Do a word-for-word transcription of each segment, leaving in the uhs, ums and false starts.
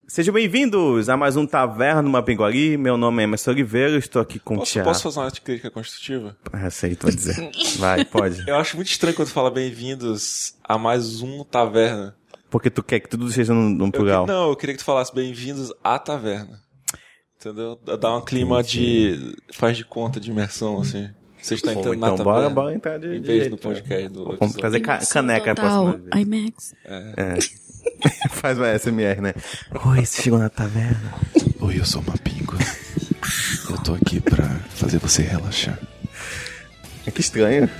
Sejam bem-vindos a mais um Taverna do Mapinguari. Meu nome é Emerson Oliveira, estou aqui com posso, o Thiago. Posso fazer uma crítica construtiva? Ah, sei, tu vai dizer. Vai, pode. Eu acho muito estranho quando fala bem-vindos a mais um Taverna. Porque tu quer que tudo seja num, num plural. Eu que, não, eu queria que tu falasse bem-vindos à Taverna. Entendeu? Dá um clima de... faz de conta, de imersão, assim. Você está entrando então, na taverna. Bora, bora entrar de Em vez jeito, no podcast do Vamos trazer ca- caneca pra próxima vez. IMAX. É. É. Faz uma S M R, né? Oi, você chegou na taverna. Oi, eu sou uma Mapingo. Eu tô aqui pra fazer você relaxar. É que estranho.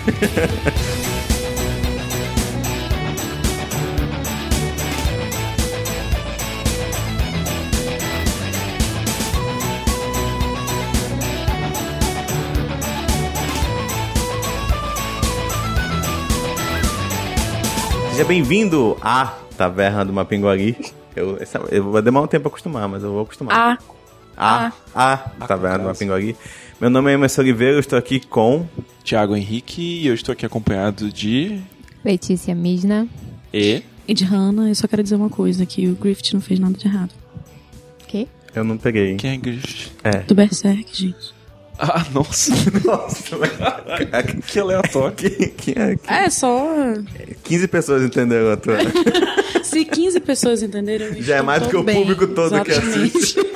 Seja bem-vindo à Taverna do Mapinguari. Eu, essa, eu vou demorar um tempo pra acostumar, mas eu vou acostumar. A. A. A. a Taverna do Mapinguari. Meu nome é Emerson Oliveira, eu estou aqui com... Thiago Henrique, e eu estou aqui acompanhado de... Letícia Misna. E... E de Hannah, eu só quero dizer uma coisa, que o Griffith não fez nada de errado. Quê? Eu não peguei. Quem é Griffith? É. Do Berserk, gente. Ah, nossa. Nossa, mas... Que aleatório. Quem, quem é? Quem... É, só... quinze pessoas entenderam a tua... Se quinze pessoas entenderam... Já é mais do que o bem. público todo Exatamente. que assiste.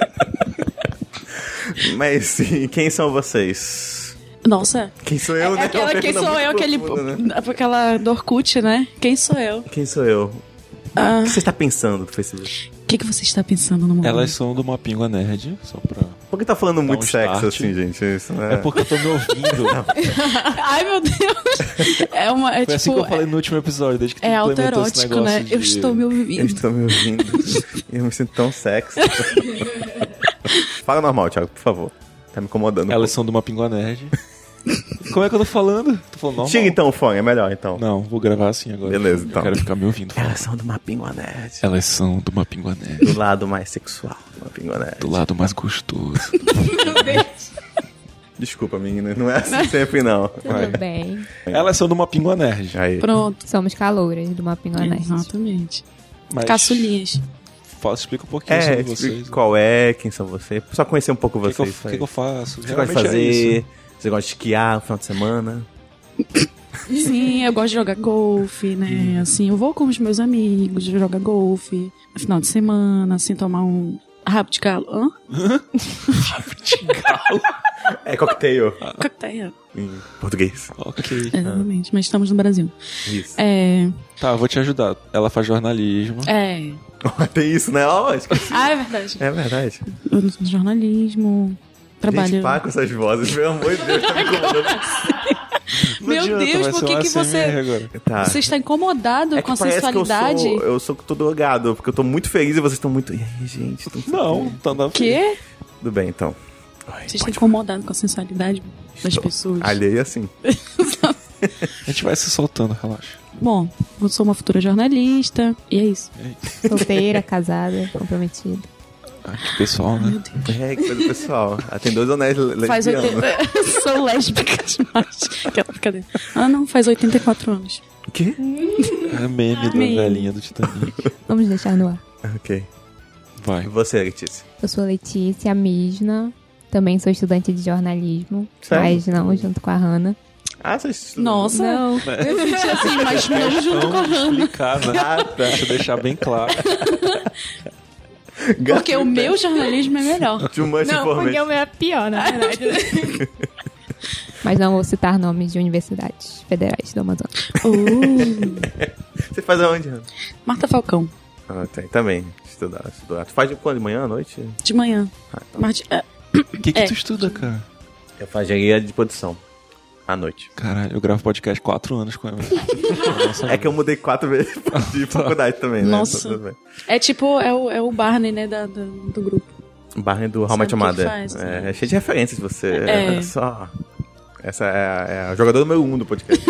Mas sim, quem são vocês? Nossa. Quem sou eu, é, né? aquela, É uma quem pergunta sou eu, muito aquele... profunda, né? Aquela do Orkut, né? Quem sou eu? Quem sou eu? Ah, O que você está pensando do Facebook? o que, que você está pensando no momento? Elas são do Mapingua Nerd, só pra... Por que tá falando muito um sexo start. assim, gente? Isso, né? É porque eu tô me ouvindo. Ai, meu Deus. É uma... É, Foi tipo, assim que eu falei no último episódio, desde que tu é implementou esse autoerótico, negócio né? de... Eu estou me Eu ouvindo. estou me ouvindo. Eu me sinto tão sexy. Fala normal, Thiago, por favor. Tá me incomodando. Elas são do Mapingua Nerd. Como é que eu tô falando? Tô falando normal. Tira então o fone, é melhor então. Não, vou gravar assim agora. Beleza, então. Eu quero ficar me ouvindo falar. Elas são do Mapinguá Nerd. Elas são do Mapingua Nerd. Do lado mais sexual do Mapinguá Nerd. Do lado mais gostoso. Meu Deus. Desculpa, menina, não é assim sempre não. Vai. Tudo bem. Elas são do Mapingua Nerd. Aí. Pronto. Somos calouras do Mapinguá Nerd. Exatamente. Mas Caçulinhas. Fala, explica um pouquinho É, sobre explica vocês. qual é, quem são vocês. Só conhecer um pouco O que, que, eu, vocês. o que, que eu faço? Você gosta de Geralmente é isso. fazer? Você gosta de esquiar no final de semana? Sim, eu gosto de jogar golfe, né? Assim, eu vou com os meus amigos, jogar golfe no final de semana, assim, tomar um rabo de galo. Hã? Rabo de galo. É cocktail. Cocktail. Em português. Ok. Exatamente, mas estamos no Brasil. Isso. É. Tá, vou te ajudar. Ela faz jornalismo. É. Tem isso, né? Ó, esqueci. Ah, é verdade. É verdade. Eu no jornalismo. Trabalho. Gente, para com essas vozes, pelo amor de Deus, tá me incomodando. Não Meu adianta, Deus, vai por ser que um que A S M você- R agora. Tá. Você está incomodado É com a que parece sensualidade? que eu sou, eu sou que tô drogado, porque eu tô muito feliz e vocês estão muito... E aí, gente? Tão Não, tá na Quê? Tudo bem, então. Você está incomodado com a sensualidade das Estou pessoas? alheio assim. A gente vai se soltando, relaxa. Bom, eu sou uma futura jornalista. E é isso. É isso. Solteira, casada, comprometida. Ah, que pessoal, né? Meu Deus. É, que coisa pessoal. Ah, tem dois anéis lesbianos. Faz oitenta... Sou lésbica demais. Aquela brincadeira. Ah, não, faz oitenta e quatro anos. O quê? É meme da Meme. velhinha do Titanic. Vamos deixar no ar. Ok. Vai. E você, Letícia? Eu sou Letícia Misna. Também sou estudante de jornalismo. Sério? Mas não junto com a Hannah. Ah, vocês... Nossa. Não. Eu senti assim, mas não junto com a Vamos Hannah. explicar, né? Ah, tá. Deixa eu deixar bem claro. Porque o meu jornalismo é melhor. Too much Não, porque o information. meu é pior, na verdade. Mas não vou citar nomes de universidades federais do Amazonas. Uh, Você faz aonde, Ana? Marta Falcão, Ah, tem. Também. Estudar, estudar. Tu faz de quando? De manhã, à noite? de manhã. Ah, então. Marti... é, O que que É. tu estuda, cara? Eu faço engenharia de produção. À noite. Caralho, eu gravo podcast quatro anos com ela. Nossa, É que eu mudei quatro vezes de faculdade também, né? Nossa. Tudo bem. é tipo, é o, é o Barney, né, da, da- do grupo. Barney do How Sabe Much o que Mother. faz, É, né? é cheio de referências você. É. É só... Essa é a, é a jogadora número um do podcast.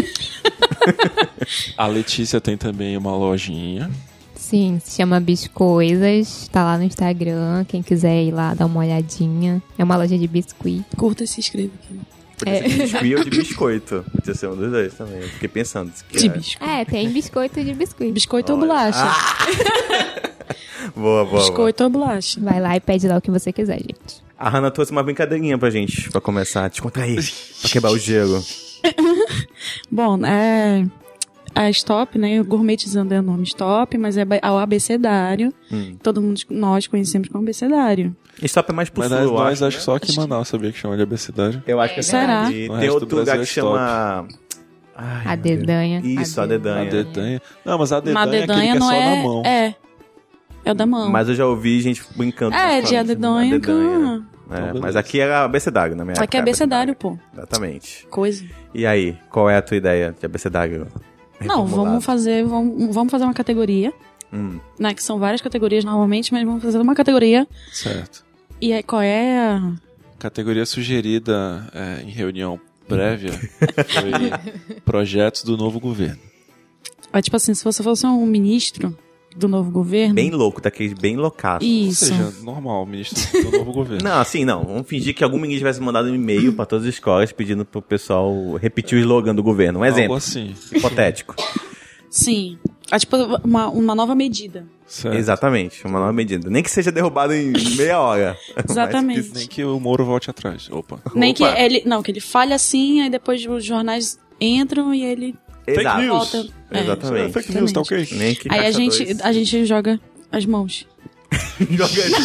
A Letícia tem também uma lojinha. Sim, se chama Biscoisas. Tá lá no Instagram. Quem quiser ir lá dar uma olhadinha. É uma loja de biscuit. Curta e se inscreva aqui. Podia É. ser de biscuit ou de biscoito. Podia ser um dos dois também. Eu fiquei pensando. isso que De é- biscoito. É, tem biscoito de biscuit. Biscoito ou Olha. bolacha? Ah! Boa, boa, boa. Biscoito ou bolacha? Vai lá e pede lá o que você quiser, gente. A Hannah trouxe uma brincadeirinha pra gente, pra começar a descontrair, pra quebrar o gelo. Bom, é... A Stop, né? Gourmetizando é o nome Stop, mas é o abecedário. Hum. Todo mundo, nós conhecemos como abecedário. Stop é mais pro Mas sul, nós, eu nós acho, acho né? só que em Manaus sabia que chama de abecedário. Eu acho que é Será? verdade. O Tem resto do outro lugar Brasil que é stop. chama... Ai, A meu Deus. dedanha. Isso, a dedanha. A dedanha. Não, mas a dedanha, Mas a é aquele dedanha que é não só é... na mão. É. É o da mão. Mas eu já ouvi gente brincando. É, com de a a dedanha. dedanha. com- É, Então, mas beleza. aqui era abecedário, na minha época. Aqui é era abecedário, pô. Exatamente. Coisa. E aí, qual é a tua ideia de abecedário? Não, reformulado? vamos fazer, vamos, vamos fazer uma categoria, Hum. né? Que são várias categorias normalmente, mas vamos fazer uma categoria. Certo. E aí, qual é a... Categoria sugerida é, em reunião prévia foi projetos do novo governo. É tipo assim, se você fosse um ministro do novo governo... Bem louco, daqueles bem loucaço. Isso. Ou seja, normal, ministro do novo governo. Não, assim, não. Vamos fingir que algum ministro tivesse mandado um e-mail pra todas as escolas pedindo pro pessoal repetir o slogan do governo. Um Algo exemplo assim. hipotético. Sim. É tipo uma, uma nova medida. Certo. Exatamente, uma nova medida. Nem que seja derrubado em meia hora. Exatamente. Mas que- Nem que o Moro volte atrás. Opa. Nem Opa. que ele... Não, que ele fale assim, aí depois os jornais entram e ele Exato. news. volta... É, Exatamente. Fake news, tá ok? Nem que Aí a caixa gente, dois. a gente joga as mãos. Joga de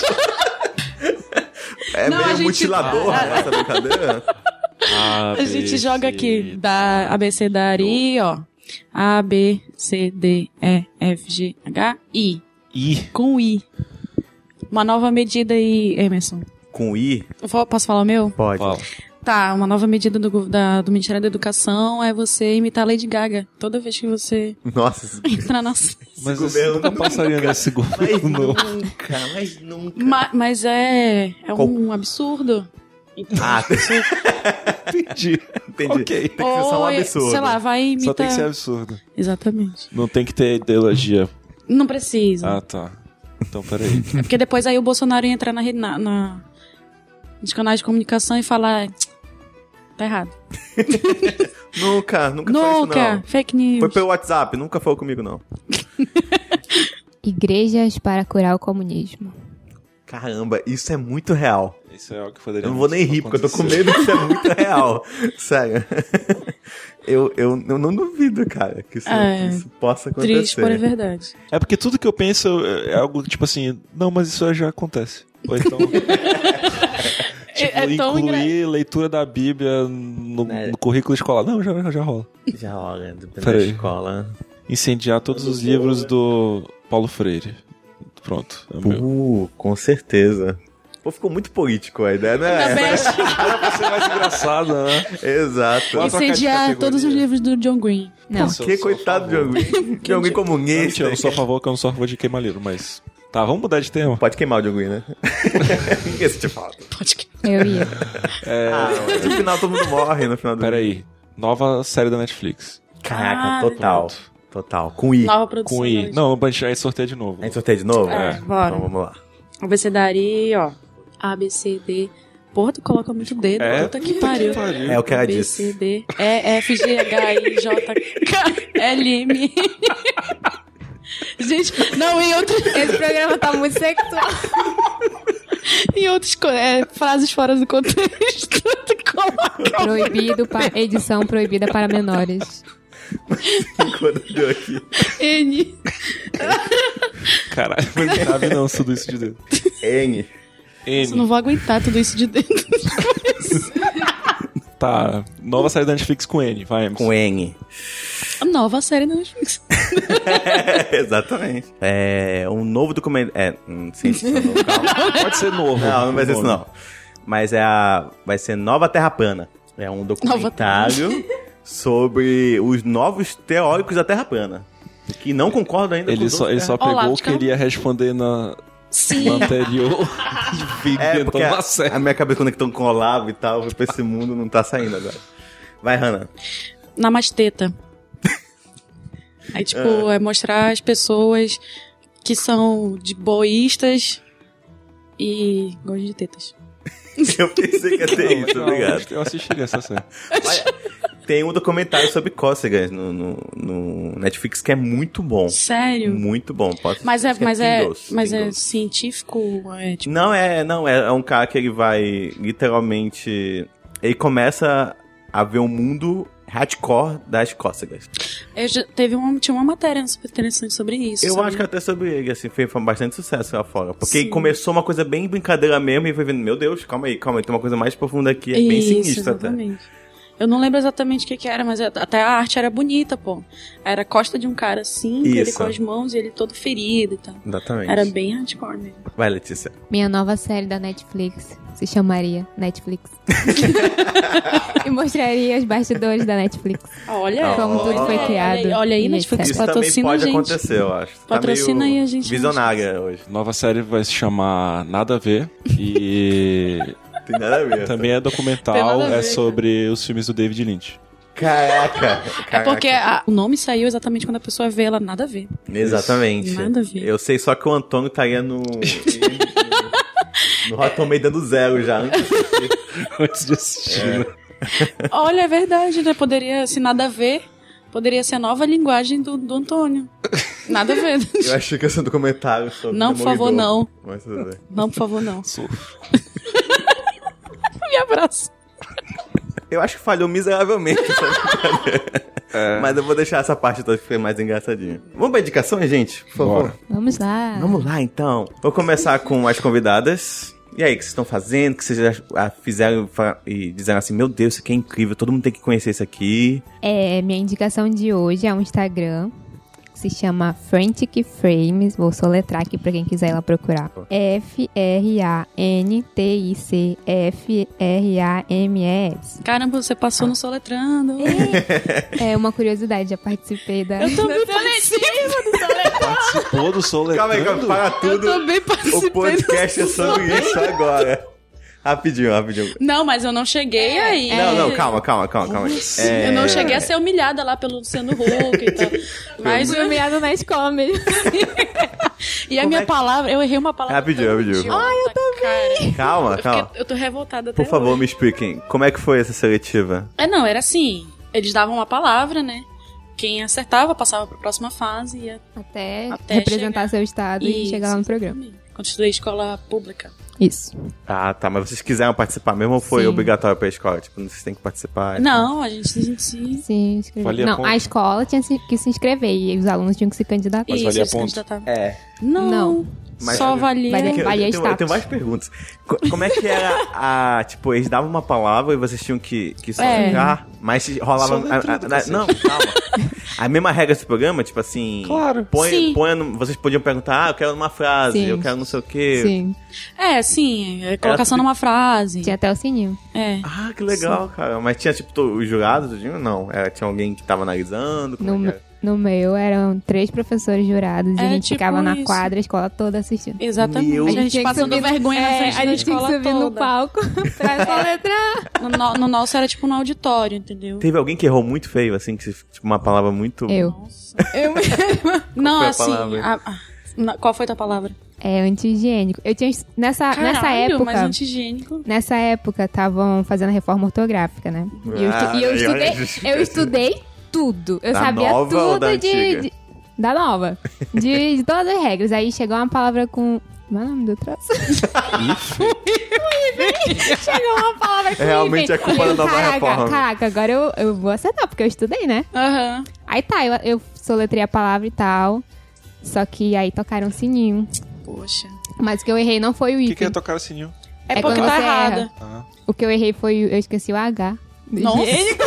É Não, a meio gente- mutilador Ah. essa brincadeira. A gente joga aqui da abecedário, ó. A, B, C, D, E, F, G, H, I. I. Com I. Uma nova medida aí, Emerson. Com I? Eu vou- Posso falar o meu? Pode. Fala. Tá, uma nova medida do, go- da- do Ministério da Educação é você imitar a Lady Gaga. Toda vez que você Nossa, entrar na... Mas esse governo nunca não- passaria nesse mas governo. nunca, mas nunca. Ma- mas é, é Qual- um absurdo. Ah, Entendi. entendi. Ok. Tem que ser só um Ou, absurdo. sei lá, vai imitar... Só tem que ser absurdo. Exatamente. Não tem que ter ideologia. Não precisa. Ah, tá. Então, peraí. É porque depois aí o Bolsonaro ia entrar na, rede- na, na- nos canais de comunicação e falar... Tá errado. Nunca, nunca, foi isso Nunca. não. Fake news. Foi pelo WhatsApp, nunca foi comigo não. Igrejas para curar o comunismo. Caramba, isso é muito real. Isso é algo que poderia Eu não vou nem rir, porque eu tô com medo que isso é muito real. Sério. Eu, eu, eu não duvido, cara, que isso, É, que isso possa acontecer. Triste, porém verdade. É porque tudo que eu penso é algo tipo assim, não, mas isso já acontece. Ou então, tipo, É tão incluir leitura da Bíblia no, É. no currículo escolar. Não, já, já rola. Já olha, depende da Peraí. escola. Incendiar todos os livros do Paulo Freire. Pronto, é o meu. Uh, com certeza. Pô, ficou muito político a ideia, né? Ainda bem. Era pra ser mais engraçado, né? Exato. Vamos trocar de Incendiar categoria. todos os livros do John Green. Não. Por que, sou a coitado de favor. alguém? De alguém Não, mentira, comunista. eu não sou a favor, que eu não sou a favor de queimar livro, mas... Tá, vamos mudar de tema. Pode queimar o de alguém, né? Esse te fala. Pode que... Eu ia. Ah, mas no final todo mundo morre no final do Pera aí. Nova série da Netflix. Caraca, Ah, total. Total. Com I. Nova produção. Com I. né? Não, a gente aí sorteia de novo. A gente sorteia de novo? É, bora. Então vamos lá. Abecedario, ó. A, B, C, D. Porra, tu coloca muito dedo. É, Puta que pariu. É o que ela A, B, disse. C, D, E, F, G, H, I, J, K, L, M. Gente, não, em outros, Esse programa tá muito sexual. em outros co- é, frases fora do contexto, tu coloca. Proibido, pa- edição proibida para menores. Quando deu aqui. N. Caralho, não cabe não tudo isso de dedo. N. Eu não N. vou aguentar tudo isso de dentro. Tá, nova série da Netflix com N, vai, Emerson. Com N. A nova série da Netflix. Exatamente. É um novo documento. É, não sei se é novo, calma. Pode ser novo. Não, não vai ser isso Nome. não. Mas é a. Vai ser Nova Terra Plana. É um documentário sobre os novos teóricos da Terra plana. Que não concordam ainda com Ele os só, ele outros só terra- pegou Olá, o que ele ia responder na, Sim. na anterior e É, inventou porque uma a, série. a minha cabeça conectou com o Olavo e tal, foi pra esse mundo, não tá saindo agora. Vai, Hannah. Namasteta. Aí, tipo, é mostrar as pessoas que são de boístas e gostam de tetas. Eu pensei que ia ter isso, Não, obrigado. Eu assistiria essa série. Olha, Tem um documentário sobre cócegas no, no, no Netflix que é muito bom. Sério? Muito bom. Pode, mas é, mas é, Tingles, mas é Tingles. científico? É, tipo... Não, é, não, é, é um cara que ele vai literalmente... Ele começa a ver o mundo hardcore das cócegas. Eu já, teve uma, tinha uma matéria super interessante sobre isso. Eu sabe? acho que até sobre ele, assim, foi, foi bastante sucesso lá fora. Porque Sim. começou uma coisa bem brincadeira mesmo e foi vendo, meu Deus, calma aí, calma aí, tem uma coisa mais profunda aqui, é bem Isso, sinistro exatamente. Até. Eu não lembro exatamente o que que era, mas até a arte era bonita, pô. Era a costa de um cara assim, com ele com as mãos e ele todo ferido e tal. Exatamente. Era bem hardcore mesmo. Vai, Letícia. Minha nova série da Netflix se chamaria Netflix. E mostraria os bastidores da Netflix. Olha, como oh, tudo foi criado. Olha aí, olha aí Netflix Isso também patrocina pode a gente. acontecer, eu acho. Patrocina tá aí a gente. Visionária hoje. Nova série vai se chamar Nada a Ver. E Tem nada a ver. também é documental, ver, é sobre os filmes do David Lynch. Caraca, caraca. É porque a, o nome saiu exatamente quando a pessoa vê ela, nada a ver. Exatamente. Nada a ver. Eu sei só que o Antônio estaria no... no, no Hot Tomate dando zero já. Antes de assistir. É. né? Olha, é verdade, né? Poderia, se nada a ver, poderia ser a nova linguagem do, do Antônio. Nada a ver. Eu achei que ia ser um documentário sobre Não, por favor, não. Mas tudo bem. Não, por favor, não. Sofro. Me abraço. Eu acho que falhou miseravelmente essa brincadeira. É. Mas eu vou deixar essa parte toda que foi mais engraçadinha. Vamos pra indicações, gente? Por favor. Bora. Vamos lá. Vamos lá, então. Vou começar com as convidadas. E aí, o que vocês estão fazendo? O que vocês já fizeram e disseram assim, meu Deus, isso aqui é incrível, todo mundo tem que conhecer isso aqui. É, minha indicação de hoje é um Instagram que se chama Frantic Frames. Vou soletrar aqui pra quem quiser ir lá procurar. F R A N T I C F R A M E S. Caramba, você passou no Soletrando. É uma curiosidade, já participei da... Eu também participo do Soletrando. Participou do Soletrando? Calma aí, calma, para tudo. Eu também participei O podcast é do sobre isso agora. Rapidinho, rapidinho. Não, mas eu não cheguei aí. Não, não, calma, calma, calma, calma. É... Eu não cheguei a ser humilhada lá pelo Luciano Huck e tal. Mas Fui humilhada na escola mesmo. E a Como minha é que- palavra, eu errei uma palavra. Rapidinho, tão rapidinho. idiota, Ai, eu também. cara. Calma, Eu, calma. fiquei- eu tô revoltada até Por favor, hoje. me expliquem. Como é que foi essa seletiva? É, não, era assim. Eles davam uma palavra, né? Quem acertava passava pra próxima fase e ia Até, Até representar chegar. seu estado e Isso, chegar lá no programa. exatamente. Quando estudei escola pública. Isso. Ah, tá, mas vocês quiseram participar mesmo ou foi Sim. obrigatório pra escola? Tipo, vocês têm que participar? Não, a gente, a gente se... Sim, inscrever. Valia Não, ponto? a escola tinha se- que se inscrever e os alunos tinham que se candidatar. Mas Isso, valia eles ponto? candidatavam. É. Não, Não. Mas- só valia... Valia- Eu, Valia eu, tenho, eu status. tenho várias perguntas. Co- Como é que era a... Tipo, eles davam uma palavra e vocês tinham que, que soletrar, mas se rolava... Soletra a- a- tudo, a- cacete. não, calma. A mesma regra desse programa, tipo assim... Claro. Põe, Sim. põe no- vocês podiam perguntar, ah, eu quero uma frase, Sim. eu quero não sei o quê. Sim. É, sim, é colocação Era- numa frase. Tinha até o sininho. É. Ah, que legal, cara. Mas tinha, tipo, to- os jurados, tudinho? Não. Era, tinha alguém que tava analisando? Como No, é que me- era? no meu eram três professores jurados e É, a gente tipo ficava na isso. quadra, a escola toda assistindo. Exatamente. Meu- A gente tinha que passando subir no- vergonha na é, frente a da gente tinha que escola subir no toda. palco pra soletrar. No, no- no nosso era tipo no auditório, entendeu? Teve alguém que errou muito feio, assim, que se- tipo, uma palavra muito... Eu. Nossa. Eu mesma. Não, foi a assim... palavra? a- a- na- qual foi a tua palavra? É anti-higiênico. Eu tinha nessa nessa Caralho, época, mas anti-higiênico. nessa época estavam fazendo a reforma ortográfica, né? E eu, estu- Ah, e eu aí, estudei, olha a justificativa. eu estudei tudo. Eu Da sabia nova ou tudo da de, antiga? de- da nova, de, de todas as regras. Aí chegou uma palavra com como é o nome do troço? Chegou uma palavra com Realmente hífen. é culpa da Eu, nova caraca, reforma. Caraca, agora eu, eu vou acertar, porque eu estudei, né? Aham. Aí tá, eu, eu soletrei a palavra e tal. Só que aí tocaram um sininho. Poxa. Mas o que eu errei não foi o O que, hífen. que é tocar o sininho? É, É porque quando tá você errada. erra. Ah. O que eu errei foi, eu esqueci o H. Nossa.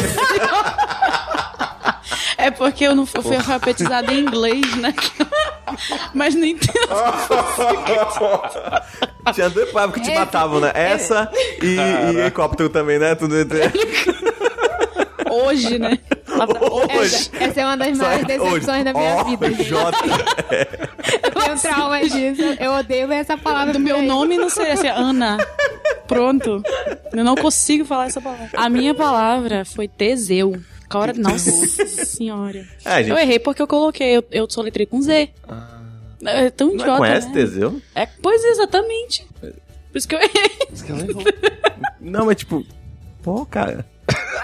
É porque eu não fui, fui alfabetizada em inglês, né? Mas não entendo. Tinha dois palavras que te matavam, né? Essa e, e helicóptero também, né? Tudo entre... Hoje, né? Hoje. Essa, essa é uma das maiores decepções da minha vida, gente. J. Eu tenho trauma disso. Eu odeio essa palavra Do meu por aí. nome não seria assim, Ana. Pronto. Eu não consigo falar essa palavra. A minha palavra foi Teseu. Cara, nossa senhora. É, gente. Eu errei porque eu coloquei, eu, eu soletrei com Z. É tão Não idiota, conhece né? Teseu? É, pois exatamente. Por isso que eu errei. Não, mas tipo... Pô, cara...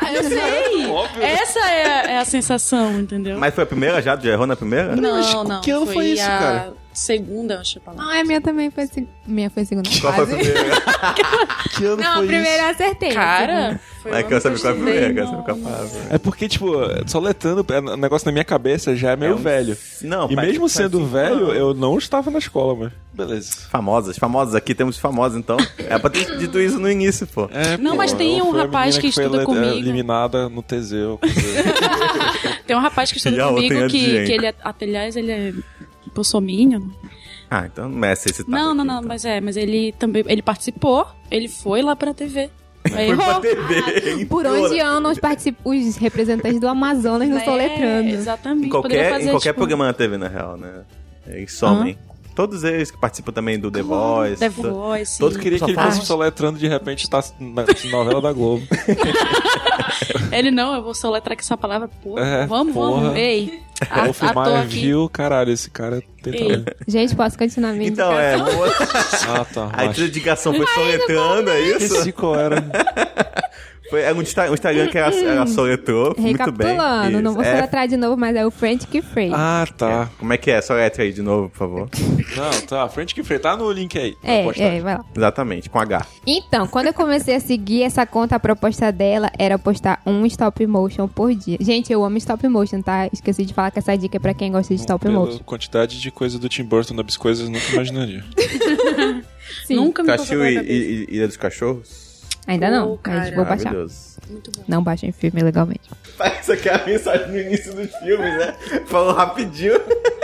eu sei. Óbvio. Essa é a, é a sensação, entendeu? Mas foi a primeira já? Tu já errou na primeira? Não, não. que ano foi isso, a cara? segunda, eu acho que Ah, a minha também foi a seg... minha foi a segunda Qual foi a fase. primeira? Que ano Não, a foi primeira eu isso? acertei. Cara, foi Mas o quero ano saber que qual é a eu primeira, estudei, quero saber qual é a não. palavra. É porque, tipo, só letrando, o negócio na minha cabeça já é meio É um- velho. Não, E faz- mesmo faz sendo cinco velho, anos. eu não estava na escola, mas beleza. Famosas, famosas. Aqui temos famosas, então. É pra ter dito isso no início, pô. É, Não, mas tem eu um fui a rapaz menina que foi estuda ele- comigo. eliminada no Teseu. Tem um rapaz que E estuda a outra comigo em que, Adiante. que ele é, aliás, ele é bolsominion. Ah, então não é esse esse Não, tato não, aqui, não, então. mas é, mas ele também, ele participou, ele foi lá pra T V. Aí Foi pra errou. T V. Por entrou. onde andam os, particip... os representantes do Amazonas no É, Soletrando. exatamente. Em Poderia qualquer, fazer, em qualquer tipo, programa na T V, na real, né? Eles somem. Todos eles que participam também do The Voice. The to- Voice. Todo queria que ele Só fosse faz. soletrando de repente tá na novela da Globo. Ele não, eu vou soletrar aqui essa palavra, porra. É, vamos, porra. vamos. Ei, a, Wolf ator Maia aqui. viu, caralho, esse cara Ei. tentando. Gente, posso continuar minha Então, é. indicação? boa- Ah, tá. A Mas... indicação foi soletrando, é isso? Esse qual era? Foi é um, Insta- um Instagram que ela, ela soletrou muito bem. Recapitulando, não vou Isso. soletrar de novo, mas é o French que Frey. Ah, tá. Como é que é? Soletra aí de novo, por favor. Não, tá. Frente que frente. Tá no link aí. na É, postagem. é, vai lá. Exatamente, com H. Então, quando eu comecei a seguir essa conta, a proposta dela era postar um stop motion por dia. Gente, eu amo stop motion, tá? Esqueci de falar que essa dica é pra quem gosta de stop Pela motion. quantidade de coisa do Tim Burton das coisas, eu nunca imaginaria. Sim, Nunca me Tu passou assistiu pela I- cabeça. I- Ilha dos Cachorros? ainda não, Pô, mas cara. vou baixar. Maravilhoso. Muito bom. Não baixem filme legalmente. Essa aqui é a mensagem no início dos filmes, né? Falou rapidinho.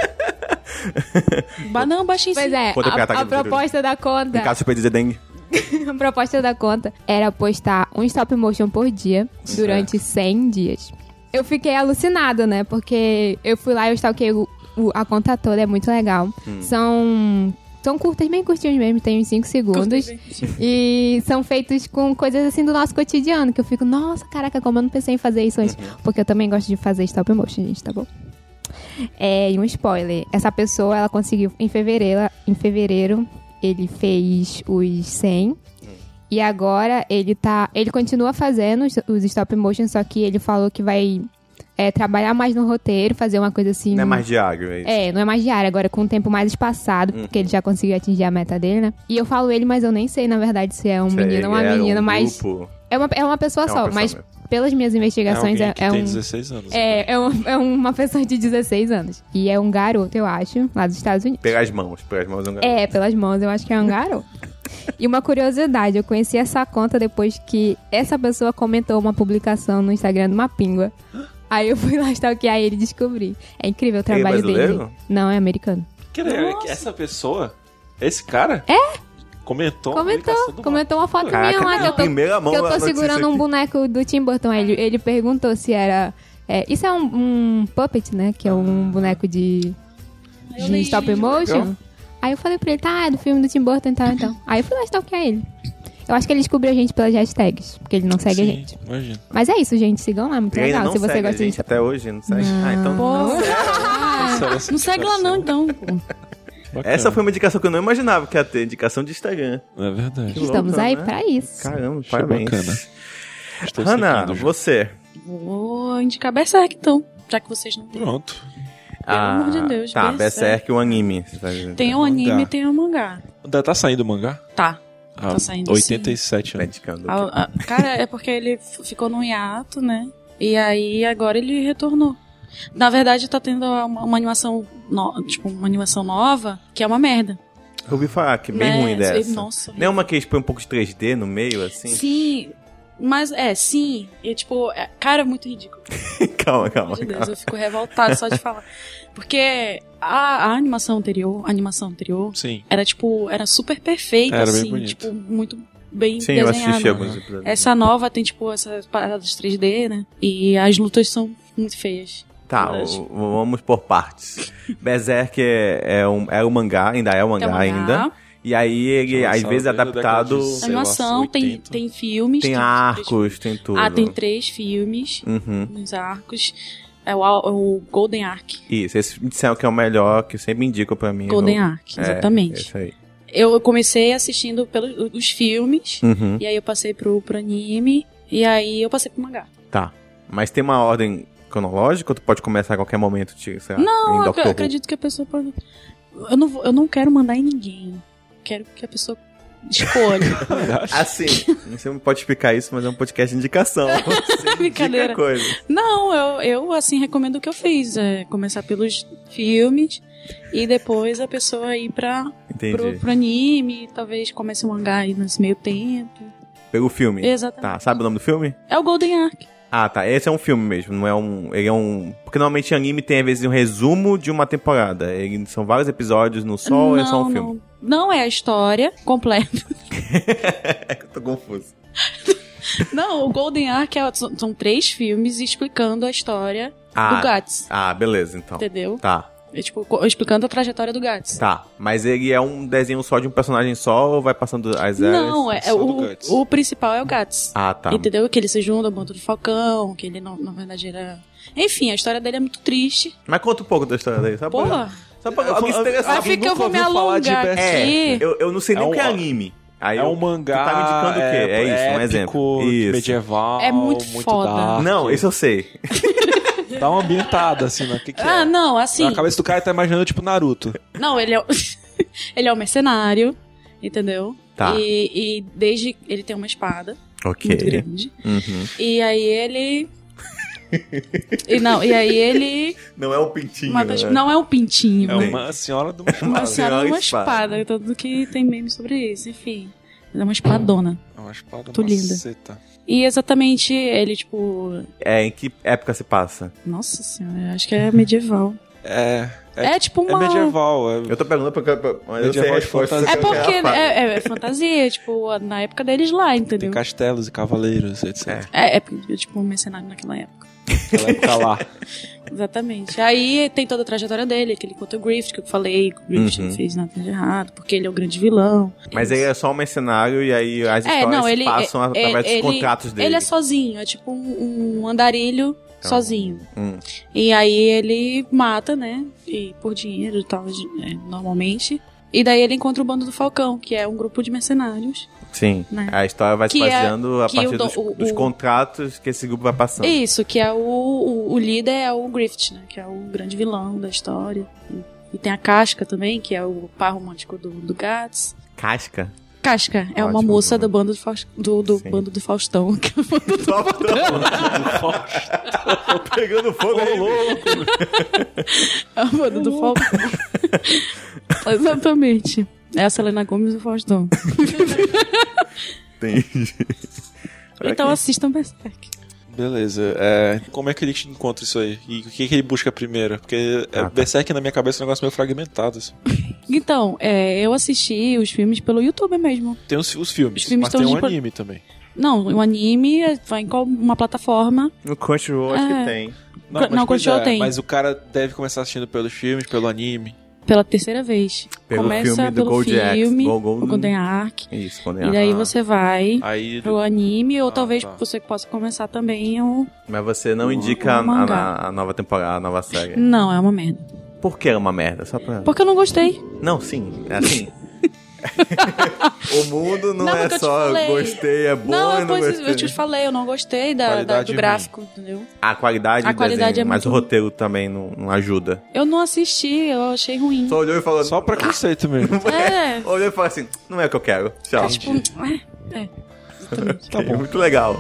Ba não, baixa em Pois si. é, Conta que a, ataque a do proposta da conta... Em caso de dizer dengue. A proposta da conta era postar um stop motion por dia durante cem dias. Eu fiquei alucinada, né? Porque eu fui lá e eu stalkei o, o- a conta toda, é muito legal. São, são curtas, bem curtinhos mesmo, tem uns cinco segundos. E são feitos com coisas assim do nosso cotidiano, que eu fico, nossa, caraca, como eu não pensei em fazer isso antes. Porque eu também gosto de fazer stop motion, gente, tá bom? É, e um spoiler, essa pessoa, ela conseguiu, em fevereiro, em fevereiro ele fez os cem. E agora ele tá. Ele continua fazendo os, os stop motion, só que ele falou que vai é, trabalhar mais no roteiro, fazer uma coisa assim. Não é mais diário, é isso. É, não é mais diário, agora com um tempo mais espaçado, porque ele já conseguiu atingir a meta dele, né? E eu falo ele, mas eu nem sei, na verdade, se é um Isso aí, menino ou uma era um menina, mas. grupo. É uma, é uma pessoa É uma só, pessoa mas mesmo. pelas minhas É investigações alguém é, que é tem um. dezesseis anos. É, é, um, é uma pessoa de dezesseis anos. E é um garoto, eu acho, lá dos Estados Unidos. Pelas mãos, pelas mãos é um garoto. É, pelas mãos, eu acho que é um garoto. E uma curiosidade, eu conheci essa conta depois que essa pessoa comentou uma publicação no Instagram de uma píngua. Aí eu fui lá stalkear ele e descobri. É incrível o Ele é trabalho dele. brasileiro? Não, é americano. Que é, que essa pessoa, esse cara, É? comentou uma publicação Comentou, do comentou uma foto Caraca, minha lá que eu tô, primeira mão que eu a tô notícia segurando um aqui. boneco do Tim Burton. Ele, ele perguntou se era... é, isso é um, um puppet, né? Que é um boneco de, Eu de nem- stop motion. Legal. Aí eu falei pra ele, tá, é do filme do Tim Burton e tal, então. Aí eu fui lá stalkear ele. Eu acho que ele descobriu a gente pelas hashtags, porque ele não segue Sim, a gente. Imagina. Mas é isso, gente. Sigam lá, muito Ele ainda legal. não Se você segue a gosta gente disso. até hoje, não segue? Ah, então... Pô, Essa- não segue lá não, então. pô. Bacana. Essa foi uma indicação que eu não imaginava que ia ter, indicação de Instagram. É verdade. Que Estamos louco, aí né? pra isso. Caramba, Achei parabéns. bacana. Estou Hannah, seguindo já. você. Vou indicar Berserk, então. Já que vocês não têm. Pronto. Pelo amor de Deus, Tá, Berserk. Berserk, o anime. Você vai dizer. Tem o anime Mangá. e tem o mangá. Ainda tá saindo o mangá? Tá. Ah, Tá saindo, oitenta e sete Tá anos. indicando. A- a- cara, é porque ele f- ficou num hiato, né? E aí agora ele retornou. Na verdade, tá tendo uma, uma animação, no- tipo, uma animação nova, que é uma merda. Eu ouvi falar que é bem Né? ruim dessa. Nossa. Não é uma que eles põem um pouco de três D no meio, assim? Sim, mas é, sim. E tipo, é, cara, é muito ridículo. calma, Pelo calma, amor de Deus, calma. eu fico revoltada só de falar. Porque a, a animação anterior, a animação anterior, Sim. era tipo, era super perfeita, Era bem assim, bonito. tipo, muito bem Sim, eu desenhada. assisti alguns episódios. Essa nova tem, tipo, essas paradas três D, né? E as lutas são muito feias. Tá, Verdade. o- vamos por partes. Berserk é, é, um, é um mangá, ainda é um mangá, Tem mangá. ainda. E aí, ele, Foi às lançado vezes, desde a década adaptado... de- A sei lá, animação tem, oitenta. tem filmes. Tem arcos, tem tudo. Ah, tem três filmes Uhum. nos arcos. É o, Al- o Golden Arc. Isso, esse me disseram que é o melhor, que sempre indicam pra mim. Golden eu- Arc, É, exatamente. Isso aí. Eu comecei assistindo pelos os filmes. Uhum. E aí eu passei pro, pro anime. E aí eu passei pro mangá. Tá. Mas tem uma ordem cronológica ou tu pode começar a qualquer momento? Sei lá, não, em eu ac- acredito que a pessoa pode... Eu não, vou, eu não quero mandar em ninguém. Quero que a pessoa escolha. Assim, você não pode explicar isso, mas é um podcast de indicação. Você Brincadeira. indica coisa. Não, eu, eu, assim, recomendo o que eu fiz. É começar pelos filmes e depois a pessoa ir pra, pro, pro anime. Talvez comece o mangá aí nesse meio tempo. Pelo filme? Exatamente. Tá, sabe o nome do filme? É o Golden Ark. Ah, tá. Esse é um filme mesmo, não é um... Ele é um... Porque normalmente anime tem, às vezes, um resumo de uma temporada. Ele, são vários episódios no sol, não, é só um não. filme. Não é a história completa. Eu tô confuso. Não, o Golden Ark é, são, são três filmes explicando a história ah, do Guts. Ah, beleza, então. Entendeu? Tá. É, tipo, explicando a trajetória do Guts. Tá, mas ele é um desenho só de um personagem só ou vai passando as eras? Não, é, é o, o principal é o Guts. Ah, tá. Entendeu? Que ele se junta ao bando do Falcão, que ele, não, na verdade, era... Enfim, a história dele é muito triste. Mas conta um pouco da história dele, sabe? Porra! Só pra alguém se interessar. Vai ficar, eu vou me alongar aqui. É, eu, eu não sei nem é o que é um, anime. Aí é eu, um mangá. Tu tá me indicando o quê? É, é isso, um exemplo. Isso. Medieval. É muito, muito foda. dark. Não, isso eu sei. Dá uma ambientada, assim, né? O que, que ah, é? não, assim... Na cabeça do cara tá imaginando, tipo, Naruto. Não, ele é... ele é um mercenário, entendeu? Tá. E, e desde... Ele tem uma espada. Ok. Muito grande. Uhum. E aí ele... e não, e aí ele... Não é um pintinho, mata, né? Não é um pintinho. É uma senhora de uma espada. Uma senhora de uma espada. espada. Tanto que tem memes sobre isso, enfim. É uma espadona. É uma espada Muito linda. maceta. E exatamente ele, tipo... É, em que época se passa? Nossa senhora, acho que é medieval. É... É, é tipo uma... É medieval. É... Eu tô perguntando porque... Mas eu sei a resposta. É porque é, é, é fantasia, tipo, na época deles lá, entendeu? Tem castelos e cavaleiros, etcétera. É, é, é tipo um mercenário naquela época. Naquela época lá. Exatamente. Aí tem toda a trajetória dele, que ele conta o Griffith, que eu falei, que o Griffith Uhum. não fez nada de errado, porque ele é o grande vilão. Mas ele é só um mercenário e aí as É, histórias não, ele, passam é, através ele, dos contratos dele. Ele é sozinho, é tipo um, um andarilho Então, sozinho. Hum. E aí ele mata, né? E por dinheiro e tal, é, normalmente. E daí ele encontra o Bando do Falcão, que é um grupo de mercenários. Sim, né? a história vai se Que é- baseando a que partir o dos, do- o- dos o- contratos que esse grupo vai passando. Isso, que é o, o, o líder é o Griffith, né? Que é o grande vilão da história. E, e tem a Casca também, que é o par romântico do, do Guts. Casca? Casca é uma Ótimo, moça né? do bando do, Faus- do, do Sim. bando do Faustão. Que é o bando do Pegando fogo aí, louco. É o bando do Faustão. Exatamente. É a Selena Gomez e o Faustão. Entendi. Então assistam Berserk. Beleza. É, como é que ele te encontra isso aí? E o que, que ele busca primeiro? Porque é, Ah, tá. Berserk na minha cabeça é um negócio meio fragmentado. Assim. Então, é, eu assisti os filmes pelo YouTube mesmo. Tem os, os filmes, Os filmes mas tem estão um de- anime também. Não, o anime é- vai em qual, uma plataforma. No Crunchyroll acho É. que tem. Não, Não, mas, pois Crunchyroll é, tem. mas o cara deve começar assistindo pelos filmes, pelo anime. Pela terceira vez. Pelo Começa filme do pelo Gold Axe, filme, Go- Golden- o Golden Ark. Isso, quando E daí Ah. você vai Aí pro anime, ou Ah, talvez tá. você possa começar também o... Mas você não O- indica o a, mangá. a- a nova temporada, a nova série. Não, é uma merda. Por que é uma merda? Só pra... Porque eu não gostei. Não, sim, é assim. O mundo não, Não, é porque eu te só falei. gostei, é bom não, e não pois gostei. eu te falei, eu não gostei da, da- Qualidade do ruim. gráfico, entendeu? A qualidade A do qualidade desenho, é mas muito o roteiro também não, não ajuda. Eu não assisti, eu achei ruim. Só olhou e falou... Só preconceito mesmo. É, Olhou e falou assim, não é o que eu quero. Tchau. é tipo... É, é. Exatamente. Tá bom. Muito legal.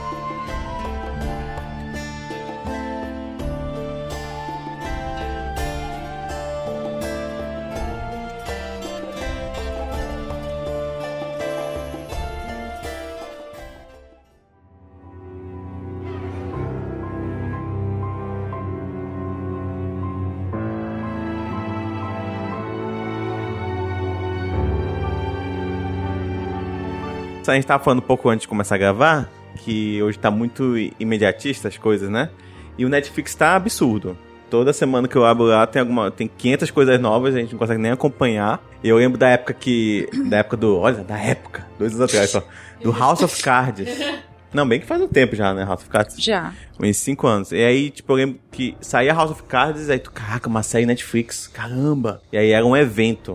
A gente tava falando um pouco antes de começar a gravar, que hoje tá muito imediatista as coisas, né? E o Netflix tá absurdo. Toda semana que eu abro lá tem alguma, tem quinhentas coisas novas, a gente não consegue nem acompanhar. Eu lembro da época que, da época do, olha, da época, dois anos atrás só, do House of Cards. Não, bem que faz um tempo já, né, House of Cards? Já. Uns cinco anos. E aí, tipo, eu lembro que saía House of Cards, aí tu, caraca, uma série Netflix, caramba. E aí era um evento.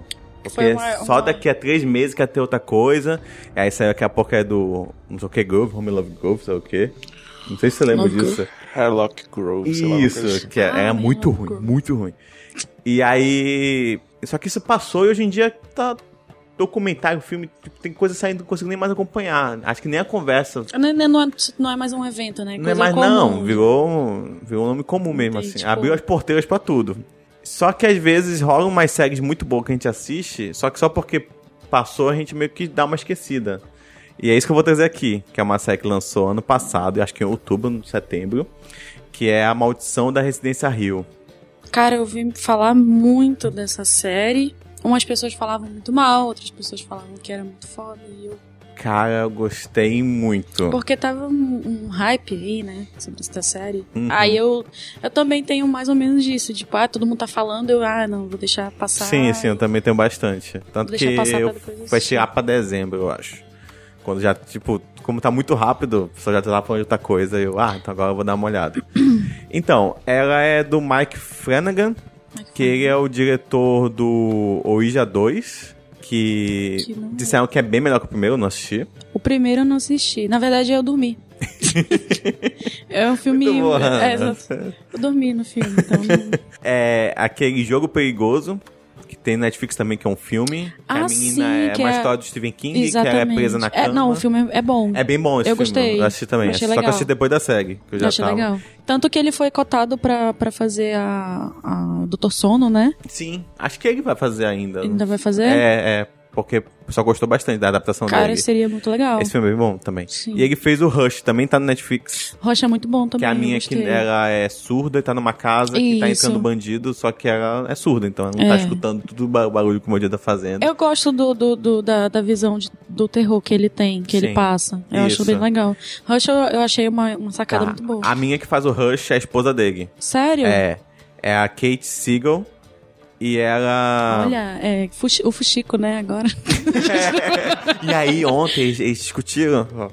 Porque Foi uma- só uma- daqui a três meses que ia ter outra coisa. E aí saiu daqui a pouco é do. Não sei o que, Grove, Home Love Grove, sei o que. Não sei se você lembra Love disso. Hairlock Grove, sei lá. uma coisa Isso, assim. que é- Ah, era Home muito Love ruim, Grove. muito ruim. E aí. Só que isso passou e hoje em dia tá. Documentário, filme, tipo, tem coisa saindo, não consigo nem mais acompanhar. Acho que nem a conversa. Não, é- não, é, não é mais um evento, né? Não é Coisa mais comum. não, virou, um- virou um nome comum mesmo, Entendi, assim. tipo- Abriu as porteiras pra tudo. Só que às vezes rolam umas séries muito boas que a gente assiste, só que só porque passou a gente meio que dá uma esquecida. E é isso que eu vou trazer aqui, que é uma série que lançou ano passado, acho que em outubro, setembro, que é A Maldição da Residência Hill. Cara, eu ouvi falar muito dessa série. Umas pessoas falavam muito mal, outras pessoas falavam que era muito foda. E eu... Cara, eu gostei muito. Porque tava um, um hype aí, né? Sobre essa série. Uhum. Aí eu, eu também tenho mais ou menos disso. Tipo, ah, todo mundo tá falando, eu, ah, não, vou deixar passar. Sim, sim, eu também tenho bastante. Tanto Deixa que passar pra eu depois vai assistir. tirar pra dezembro, eu acho. Quando já, tipo, como tá muito rápido, a pessoa já tá lá falando de outra coisa, eu, ah, então agora eu vou dar uma olhada. Então, ela é do Mike Flanagan, que ele é o diretor do Ouija dois, que, Que não é. disseram que é bem melhor que o primeiro, eu não assisti. O primeiro eu não assisti. Na verdade, eu dormi. É um filme. Muito bom, Hannah. É, exato. Eu dormi no filme, então. não- É aquele Jogo Perigoso, que tem na Netflix também, que é um filme. Que Ah, a menina sim, é que uma é- história do Stephen King, que Exatamente. ela é presa na cama. É, não, o filme é bom. É bem bom esse Eu filme. gostei. Eu assisti também. Achei Só que eu legal. assisti depois da série. Que eu já Eu achei tava. legal. Tanto que ele foi cotado pra, pra fazer a, a doutor Sono, né? Sim, acho que ele vai fazer ainda. Ainda vai fazer? É, é. Porque o pessoal gostou bastante da adaptação Cara, dele. seria muito legal. Esse filme é bem bom também. Sim. E ele fez o Rush, também tá no Netflix. Rocha é muito bom também. Que é a eu minha que gostei. ela é surda e tá numa casa que tá Isso. entrando bandido, só que ela é surda, então ela não tá É. escutando tudo o ba- barulho que o bandido tá fazendo. Eu gosto do, do, do- da, da visão de- do terror que ele tem, que Sim. ele passa. Eu Isso. acho bem legal. Rush eu, eu achei uma, uma sacada Tá. muito boa. A minha que faz o Rush é a esposa dele. Sério? É. É a Kate Siegel. E ela. Olha, é, fuxi- o Fuxico, né, agora. E aí, ontem eles, eles discutiram. ó.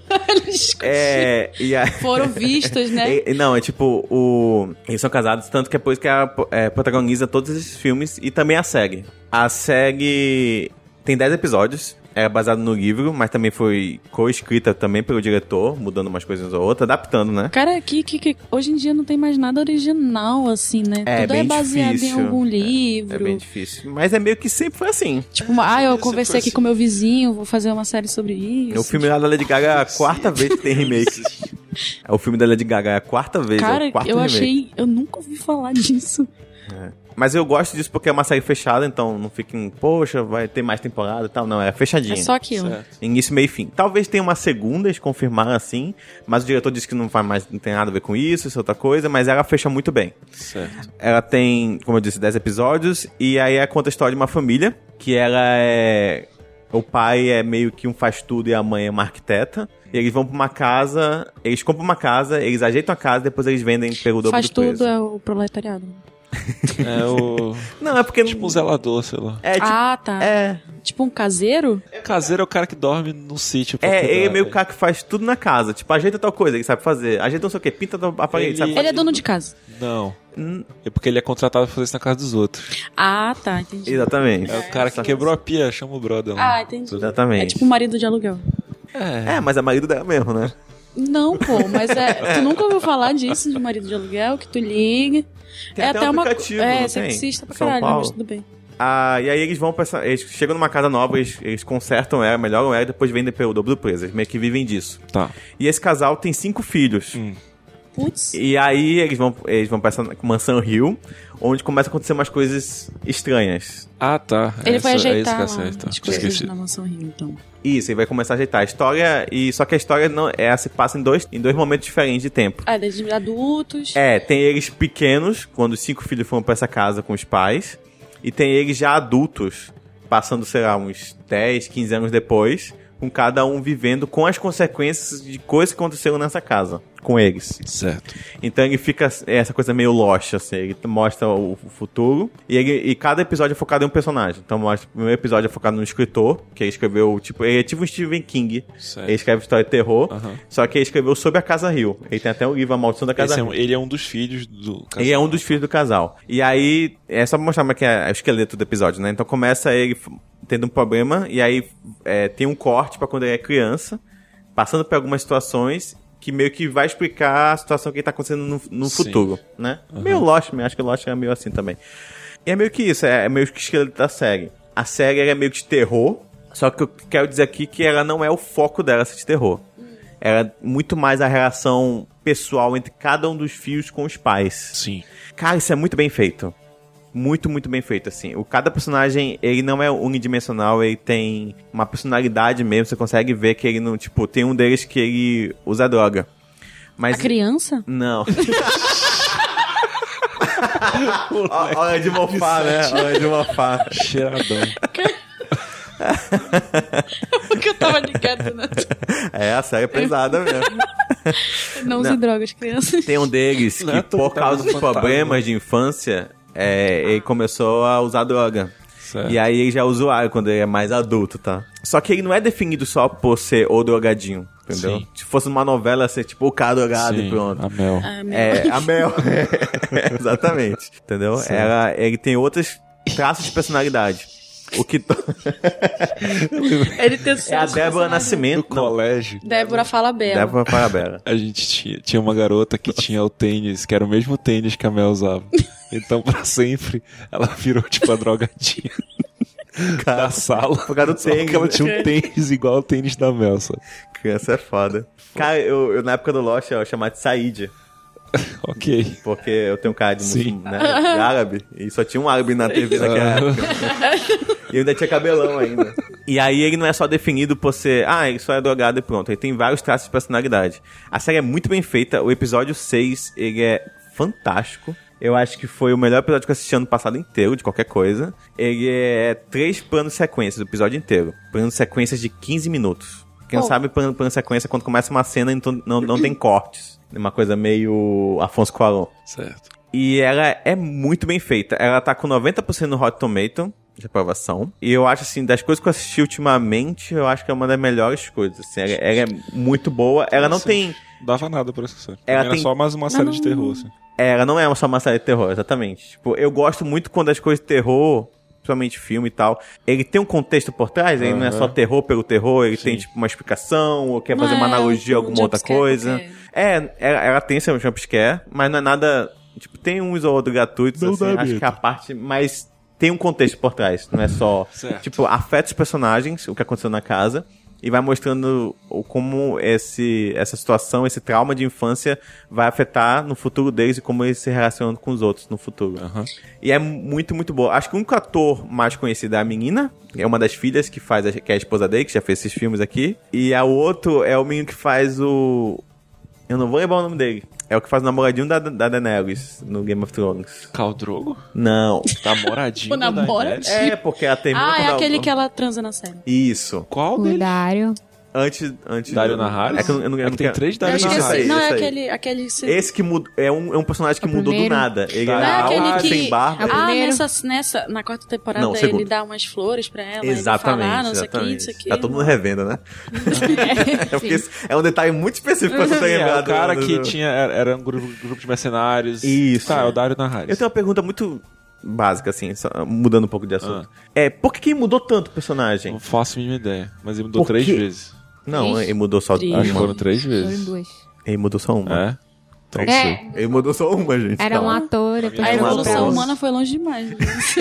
É. E aí. Foram vistos, né? E- e não, é tipo, o... eles são casados, tanto que é por isso que ela é, protagoniza todos esses filmes e também a série. A série tem dez episódios, é baseado no livro, mas também foi co-escrita também pelo diretor, mudando umas coisas ou outras, adaptando, né? Cara, que, que, que hoje em dia não tem mais nada original, assim, né? É, Tudo é bem baseado difícil. em algum É livro. bem difícil. Mas é meio que sempre foi assim. Tipo, uma- ah, eu Sempre conversei foi aqui assim. com meu vizinho, vou fazer uma série sobre isso. O filme lá da Lady Gaga é a quarta vez que tem remake. O filme da Lady Gaga é a quarta vez, é Cara, o quarto eu remake. achei. Eu nunca ouvi falar disso. Mas eu gosto disso porque é uma série fechada, então não fiquem, poxa, vai ter mais temporada e tal. Não, é fechadinha. É só aquilo. Certo. Início, meio e fim. Talvez tenha uma segunda, eles confirmaram assim, mas o diretor disse que não faz mais, não tem nada a ver com isso, isso é outra coisa, mas ela fecha muito bem. Certo. Ela tem, como eu disse, dez episódios, e aí ela conta a história de uma família, que ela é... O pai é meio que um faz tudo e a mãe é uma arquiteta. E eles vão pra uma casa, eles compram uma casa, eles ajeitam a casa, depois eles vendem pelo dobro Faz do preço. tudo é o proletariado. É o... Não, é porque... tipo um zelador, sei lá. É, tipo, ah, tá. é, Tipo um caseiro? Caseiro é o cara que dorme no sítio. pra é, cuidar, ele é meio o né? cara que faz tudo na casa. Tipo, ajeita tal coisa, ele sabe fazer. Ajeita não sei o que, pinta a parede, Ele- sabe Ele é fazer. dono de casa. Não. Hum, É porque ele é contratado pra fazer isso na casa dos outros. Ah, tá, entendi. Exatamente. É o cara que quebrou a pia, chama o brother lá. Ah, entendi. Exatamente. É tipo um marido de aluguel. É. É, mas é marido dela mesmo, né? Não, pô, mas é. Tu nunca ouviu falar disso de marido de aluguel, que tu liga. Tem é até até um uma. aplicativo, É, não tem? sexista pra São caralho, Paulo. mas tudo bem. Ah, e aí eles vão pra essa, eles chegam numa casa nova, eles, eles consertam ela, melhoram ela e depois vendem pelo dobro do preço. Eles meio que vivem disso. Tá. E esse casal tem cinco filhos. Hum. Putz. E aí eles vão, eles vão pra essa mansão Hill, onde começa a acontecer umas coisas estranhas. Ah, tá. Ele foi Essa- ajeitar É isso que lá é certo. as coisas Esqueci. na mansão Rio, então. Isso, e vai começar a ajeitar a história, e só que a história não, é, se passa em dois, em dois momentos diferentes de tempo. Ah, desde adultos. É, tem eles pequenos, quando os cinco filhos foram pra essa casa com os pais, e tem eles já adultos, passando, sei lá, uns dez, quinze anos depois, com cada um vivendo com as consequências de coisas que aconteceram nessa casa, com eles. Certo. Então ele fica essa coisa meio Lost, assim, ele mostra o o futuro, e, ele, e cada episódio é focado em um personagem. Então mostra, o primeiro episódio é focado no escritor, que ele escreveu, tipo, ele é tipo um Stephen King, Certo. ele escreve história de terror, Aham. só que ele escreveu sobre a Casa Hill. Ele tem até um livro, A Maldição da Casa Esse é Hill. um- ele é um dos filhos do casal. Ele é um dos filhos do casal. E aí, é só pra mostrar como é que é o esqueleto do episódio, né? Então começa ele f- tendo um problema, e aí é, tem um corte pra quando ele é criança, passando por algumas situações que meio que vai explicar a situação que tá acontecendo no, no futuro, né? Uhum. Meio Lost, acho que Lost é meio assim também. E é meio que isso, é, é meio que o esqueleto da série. A série é meio que de terror, só que eu quero dizer aqui que ela não é o foco dela ser de terror. Ela é muito mais a relação pessoal entre cada um dos filhos com os pais. Sim. Cara, isso é muito bem feito. Muito, muito bem feito, assim. O, cada personagem, ele não é unidimensional, ele tem uma personalidade mesmo, você consegue ver que ele não, tipo, tem um deles que ele usa droga. Mas... A criança? Não. Hora de mofar, né? Hora de mofar. Cheiradão. Porque eu tava ligado, né? É, a série é pesada mesmo. Não use Não. drogas, crianças. Tem um deles que, Não é por causa dos problemas de infância, é, ele começou a usar droga. Certo. E aí ele já é usuário quando ele é mais adulto, tá? Só que ele não é definido só por ser o drogadinho, entendeu? Sim. Se fosse numa novela, ia ser tipo o cara drogado Sim, e pronto. a Mel. Ah, meu. É, a Mel. Exatamente. Entendeu? Ela, ele tem outros traços de personalidade. O que... to- Ele tem é a Débora No Nascimento. Não, colégio, Débora fala bela. Débora Parabela. a gente tinha, tinha uma garota que tinha o tênis, que era o mesmo tênis que a Mel usava. Então, pra sempre, ela virou tipo a drogadinha da sala. Por causa do Só tênis, que ela né? tinha um tênis igual ao tênis da Mel, sabe? Criança é foda. Cara, eu, eu na época do Lost eu chamava de Said. Ok. Porque eu tenho cara de, Sim. muçul- né, de árabe. E só tinha um árabe na T V naquela época. E eu ainda tinha cabelão ainda. E aí ele não é só definido por ser... Ah, ele só é drogado e pronto. Ele tem vários traços de personalidade. A série é muito bem feita. O episódio seis, ele é fantástico. Eu acho que foi o melhor episódio que eu assisti ano passado inteiro, de qualquer coisa. Ele é três planos sequências, o episódio inteiro. Planos sequências de quinze minutos. Quem não Oh. sabe, plano, plano sequência é quando começa uma cena e não, não, não tem cortes. Uma coisa meio Afonso Cuarón. Certo. E ela é muito bem feita. Ela tá com noventa por cento no Hot Tomato de aprovação. E eu acho, assim, das coisas que eu assisti ultimamente, eu acho que é uma das melhores coisas. Assim, ela, ela é muito boa. Ela não Sim. tem... Não dava nada pra essa série. Ela Era tem- só mais uma série de terror, assim. Ela não é só uma série de terror, exatamente. Tipo, eu gosto muito quando as coisas de terror, principalmente filme e tal, ele tem um contexto por trás, ele não é Aham. só terror pelo terror, ele Sim. tem, tipo, uma explicação, ou quer Não fazer uma é analogia a um alguma outra jumpscare coisa. qualquer. É, ela, ela tem seu jumpscare, mas não é nada... Tipo, tem uns ou outros gratuitos, Não assim, dá acho medo. que a parte... Mas tem um contexto por trás, não é só... Certo. Tipo, afeta os personagens, o que aconteceu na casa, e vai mostrando o- como esse, essa situação, esse trauma de infância vai afetar no futuro deles e como eles se relacionam com os outros no futuro. Aham. E é muito, muito boa. Acho que o único ator mais conhecido é a menina, é uma das filhas que faz, a- que é a esposa dele, que já fez esses filmes aqui. E a outro é o menino que faz o... Eu não vou lembrar o nome dele. É o que faz o namoradinho da, da Daenerys no Game of Thrones. Khal Drogo? Não. Namoradinho O da namoradinho. Daenerys? É, porque ela termina Ah, com é a- aquele que ela transa na série. Isso. Qual O deles? Dário. Antes... antes Dario do- Naharis? É que eu, não- eu não, eu É não que tem quero- três Eu Dario Isso esqueci. aí, não, isso é aí. aquele... aquele Esse que mudou... É um, é um personagem que O mudou primeiro. do nada. Ele Tá. Não era é aquele alto, que... sem barba. É o Ah, primeiro. nessa, nessa, na quarta temporada Não, ele segundo. dá umas flores pra ela. Exatamente, Ele fala, ah, não sei o que, exatamente. isso aqui. Tá todo mundo revendo, né? É porque esse é um detalhe muito específico pra você ter Sim, é, lembrado. o cara do- que do- tinha, era, era um grupo, grupo de mercenários. Isso. Tá, é o Dario Naharis. Eu tenho uma pergunta muito básica, assim, só mudando um pouco de assunto. É, por que que mudou tanto o personagem? Não faço a mínima ideia, mas ele mudou Por três quê? vezes. Não, Ixi, ele mudou só triste. Acho que uma. foram três Foram vezes. duas. Ele mudou só uma. É? Então, É. sei. Ele mudou só uma, gente. Era um calma. ator, depois A É foi uma evolução aposta. humana foi longe demais.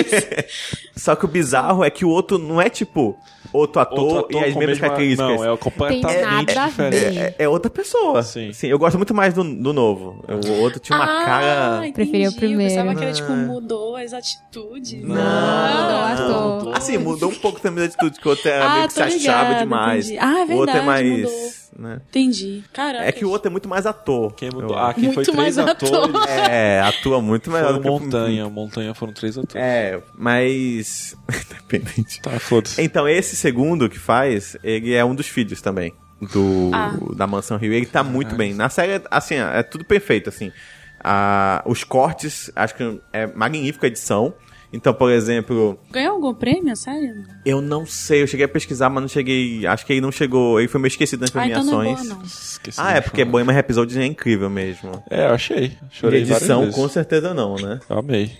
Só que o bizarro é que o outro não é tipo outro ator, Outro ator e as com mesmas mesma- características. Não, é completamente nada a diferente. ver. É, é outra pessoa. Sim. Eu gosto muito mais do, do novo. O outro tinha uma ah, cara... entendi. Preferi o primeiro. Eu pensava que ele, tipo, mudou as atitudes. Não, Não, não. ator. Assim, mudou um pouco também a atitude, que o outro era Ah, meio que se tô achava ligada, demais. entendi. Ah, é O outro é verdade, mais... mudou. Né? Entendi. Caraca. É que o outro é muito mais ator. Quem mudou? Eu Ah, quem foi Muito três mais ator. atores. É, atua muito melhor Foi do o que o Montanha. O Montanha foram três atores. É, mas... Independente. Tá, foda-se. Então, esse segundo que faz, ele é um dos filhos também. Do, Ah. da Mansão Rio. Ele tá muito bem. Na série, assim, é tudo perfeito, assim. Ah, os cortes, acho que é magnífica a edição. Então, por exemplo, Ganhou algum prêmio, sério? eu não sei, eu cheguei a pesquisar, mas não cheguei... Aacho que ele não chegou... Ele foi meio esquecido nas Ah, então não é premiações. boa, não. Esqueci Ah, de é porque falar. Bohemian Rhapsody é incrível mesmo. É, eu achei. De Chorei edição, várias com vezes. certeza não, né? Eu amei.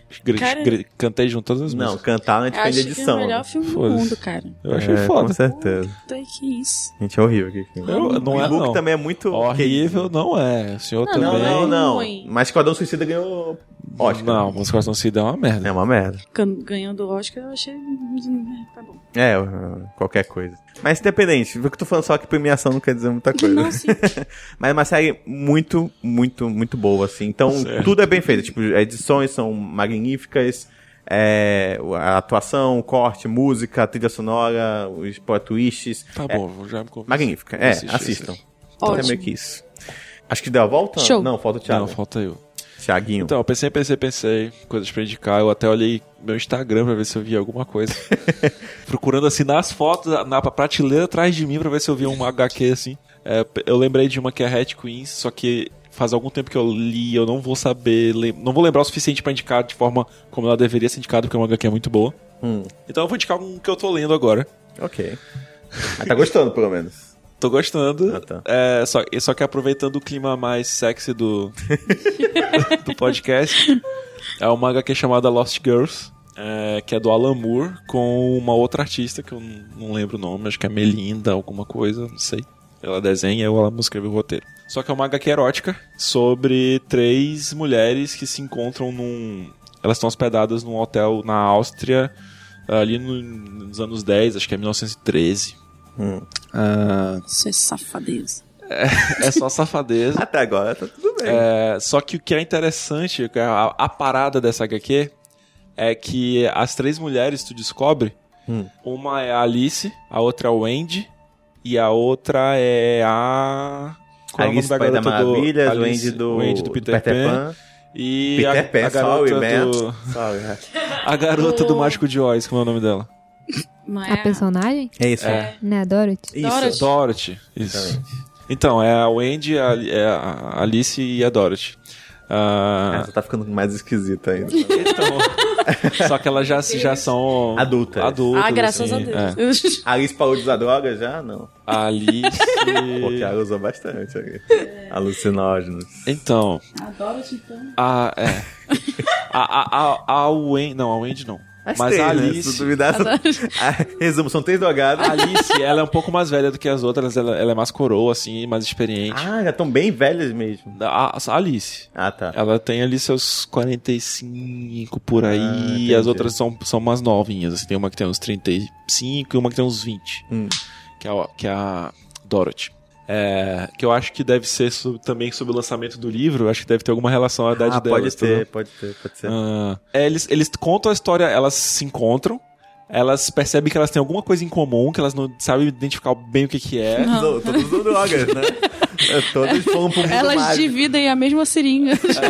gr- Cara- gr- cantei junto todas as Não, músicas. cantar a gente Acho fez que é edição. o melhor né? filme do Foda-se. mundo, cara. Eu achei É, foda. Com certeza. Puta, que isso. Gente, é horrível aquele filme. Eu- não o é, book não. também é muito... Horrível não é. O senhor Não, também... Não, não, é não. ruim. Mas Esquadrão Suicida ganhou Oscar. Não, mas Coração Suicida é uma merda. É uma merda. Can- Ganhando o Oscar, eu achei... Tá bom. É, uh, qualquer coisa. Mas independente, viu que eu tô falando só que premiação não quer dizer muita coisa. Não, sim. Mas é uma série muito, muito, muito boa, assim. Então, Certo. tudo é bem feito. Tipo, as edições são magníficas, é, a atuação, o corte, música, a trilha sonora, os plot twists. Tá é, bom, já me convenci. magnífica. É, Assiste, assistam. assiste. É Ótimo. meio que isso. Acho que deu a volta? Show. Não, falta o Thiago. Não, falta eu. Thiaguinho. Então, eu pensei, pensei, pensei, coisas pra indicar. Eu até olhei meu Instagram pra ver se eu via alguma coisa. Procurando assim nas fotos, na prateleira atrás de mim pra ver se eu via uma agá quê assim. É, eu lembrei de uma que é Hat Queens, só que faz algum tempo que eu li, eu não vou saber, lem- não vou lembrar o suficiente pra indicar de forma como ela deveria ser indicada, porque é uma agá quê muito boa. Hum, Então eu vou indicar um que eu tô lendo agora. ok. Mas tá gostando, pelo menos. Tô gostando. Ah, tá. É, só, só que aproveitando o clima mais sexy do, do podcast, é uma agá quê chamada Lost Girls, é, que é do Alan Moore, com uma outra artista que eu não, não lembro o nome, acho que é Melinda, alguma coisa, não sei. Ela desenha ou ela escreve o roteiro. Só que é uma agá quê erótica sobre três mulheres que se encontram num... Elas estão hospedadas num hotel na Áustria, ali no- nos anos dez, acho que é mil novecentos e treze. Hum. Ah, Isso é safadeza. é só safadeza. Até agora tá tudo bem. É, só que o que é interessante, a, a parada dessa agá quê, é que as três mulheres, tu descobre, Hum. uma é a Alice, a outra é a Wendy, e a outra é a... Qual é o nome Alice, País da garota do- Maravilha, o Alice, Andy do, Wendy do Peter, Pan. E Peter a, Pan, a garota sorry, man. do... Sorry, é. A garota do Mágico de Oz, como é o nome dela? Não é A personagem? É isso. É. Né, a Dorothy? Isso. Dorothy. Dorothy. Isso. Exatamente. Então, é a Wendy, a, é a Alice e a Dorothy. Ah, Essa tá ficando mais esquisita ainda. então, só que elas já, já são Adultas. adultas. Ah, graças assim, a é. Deus. A Alice parou de usar droga já? Não. A Alice... Porque ela usou bastante ali. Alucinógenos. Então, Adoro então. a... É. A, a, a, a Wendy... Não, a Wendy não. As Mas três, a né? Alice... Se duvidar, são- Ah, resumo, são três drogadas. A Alice, ela é um pouco mais velha do que as outras. Ela, ela é mais coroa, assim, mais experiente. Ah, já estão bem velhas mesmo. A, a Alice. Ah, tá. Ela tem ali seus quarenta e cinco por aí, Ah, e entendi. as outras são, são mais novinhas. Assim, tem uma que tem uns trinta e cinco e uma que tem uns vinte. Hum. Que é, a- que é a Dorothy. É, que eu acho que deve ser so- também sobre o lançamento do livro. Eu acho que deve ter alguma relação à idade Ah, delas. pode ter, entendeu? pode ter, pode ser. Ah, é, eles, eles contam a história, elas se encontram, elas percebem que elas têm alguma coisa em comum, que elas não sabem identificar bem o que, que é. Não. Todos todos usam drogas, né? Todos foram pro mundo Elas mágico. dividem a mesma seringa.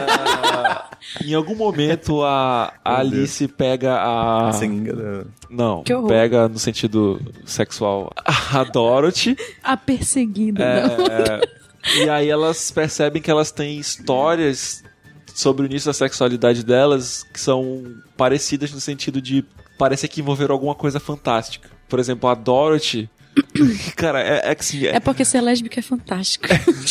Ah, em algum momento a, a Meu Deus. Alice pega a. Seringa da- Não, Que horror. pega no sentido sexual a Dorothy. A perseguida. não. É, e aí elas percebem que elas têm histórias sobre o início da sexualidade delas que são parecidas no sentido de parecer que envolveram alguma coisa fantástica. Por exemplo, a Dorothy. Cara, é, é que assim. É porque ser lésbica é fantástico.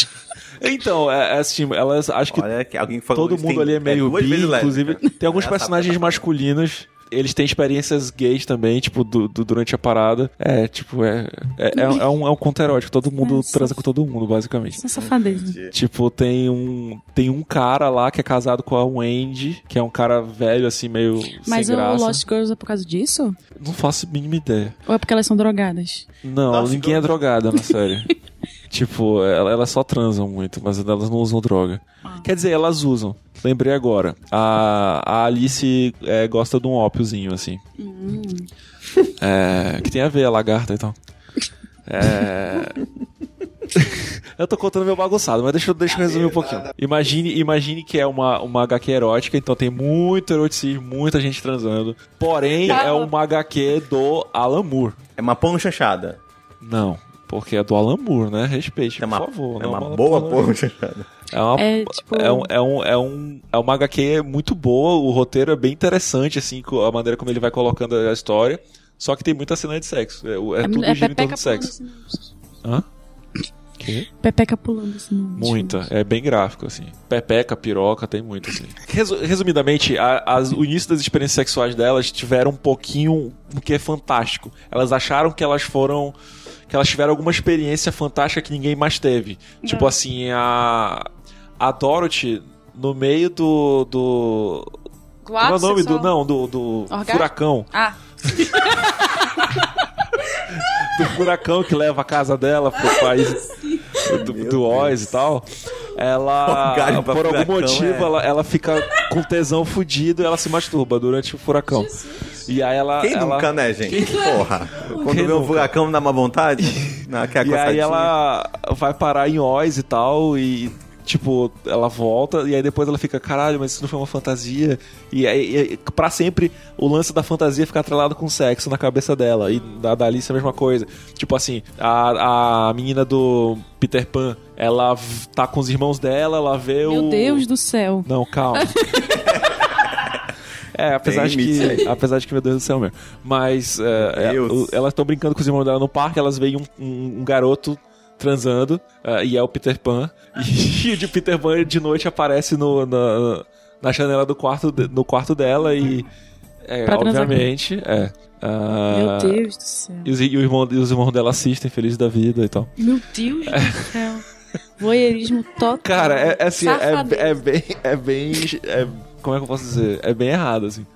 Então, é, é assim, elas acho que Olha, que alguém falou todo isso, mundo tem- ali é meio duas bi, vezes lésbica. inclusive. Tem alguns Ela personagens sabe. masculinos. Eles têm experiências gays também, tipo, do, do- durante a parada. É, tipo, é, é, é, é um, é um conto erótico. Todo mundo Nossa. transa com todo mundo, basicamente. Isso é safadeza. Tipo, tem um, tem um cara lá que é casado com a Wendy, que é um cara velho, assim, meio Mas sem o graça. Lost Girls é por causa disso? Não faço a mínima ideia. Ou é porque elas são drogadas? Não, Lost ninguém é Girls. drogada na série. Tipo, ela- elas só transam muito, mas elas não usam droga. Quer dizer, elas usam. Lembrei agora. A, a Alice é, gosta de um ópiozinho, assim. É, que tem a ver, a lagarta e tal. É... Eu tô contando meu bagunçado, mas deixa, eu- deixa eu resumir um pouquinho. Imagine, imagine que é uma, uma agá quê erótica, então tem muito eroticismo, muita gente transando. Porém, é uma agá quê do Alan Moore. É uma pão chanchada. Não, porque é do Alan Moore, né? Respeite, É uma, por favor. é não uma Alan boa Moore. pão chanchada. É uma, É, é, tipo- um, é, um, é, um, é uma agá quê muito boa, o roteiro é bem interessante, assim, com a maneira como ele vai colocando a história. Só que tem muita cena de sexo. É, é tudo gira em torno pepeca de sexo. pulando assim. Hã? O Que? Pepeca pulando, assim. no- Muita, é bem gráfico, assim. Pepeca, piroca, tem muito, assim. Resu- resumidamente, a- as- o início das experiências sexuais delas tiveram um pouquinho o que é fantástico. Elas acharam que elas foram... que elas tiveram alguma experiência fantástica que ninguém mais teve. Não. Tipo assim, a... a Dorothy, no meio do... do... Do Como é o ato nome sexual. do... Não, do, do Orgasmo? furacão. Ah, Do furacão que leva a casa dela pro país do, do Oz e tal. Ela, Orgasmo pra por algum furacão, motivo, é. ela, ela fica com tesão fudido e ela se masturba durante o furacão. E aí ela... Quem ela... nunca, né, gente? Porra. Quando Quem vê um nunca? furacão, dá uma vontade? Não, quer a E aí coçadinha. ela vai parar em Oz e tal, e tipo, ela volta, e aí depois ela fica, caralho, mas isso não foi uma fantasia. E aí, e, pra sempre, o lance da fantasia fica atrelado com sexo na cabeça dela. E da, da Alice é a mesma coisa. Tipo assim, a, a menina do Peter Pan, ela v- tá com os irmãos dela, ela vê o... meu Deus do céu. Não, calma. É, apesar Tem de limite que. Apesar de que, meu Deus do céu mesmo. Mas é, é, Deus. o- elas estão brincando com os irmãos dela no parque, elas veem um, um- um garoto transando, é, e é o Peter Pan. E o de Peter Pan de noite aparece no, na, na janela do quarto, de- no quarto dela e. É, Pra transar. obviamente, é. Ah, Meu Deus do céu. E os, e, o irmão, e os irmãos dela assistem, felizes da vida e tal. Meu Deus do céu. Voyeurismo total. Cara, é, é assim, é, Safadeza. é bem. É bem. é- como é que eu posso dizer? É bem errado, assim.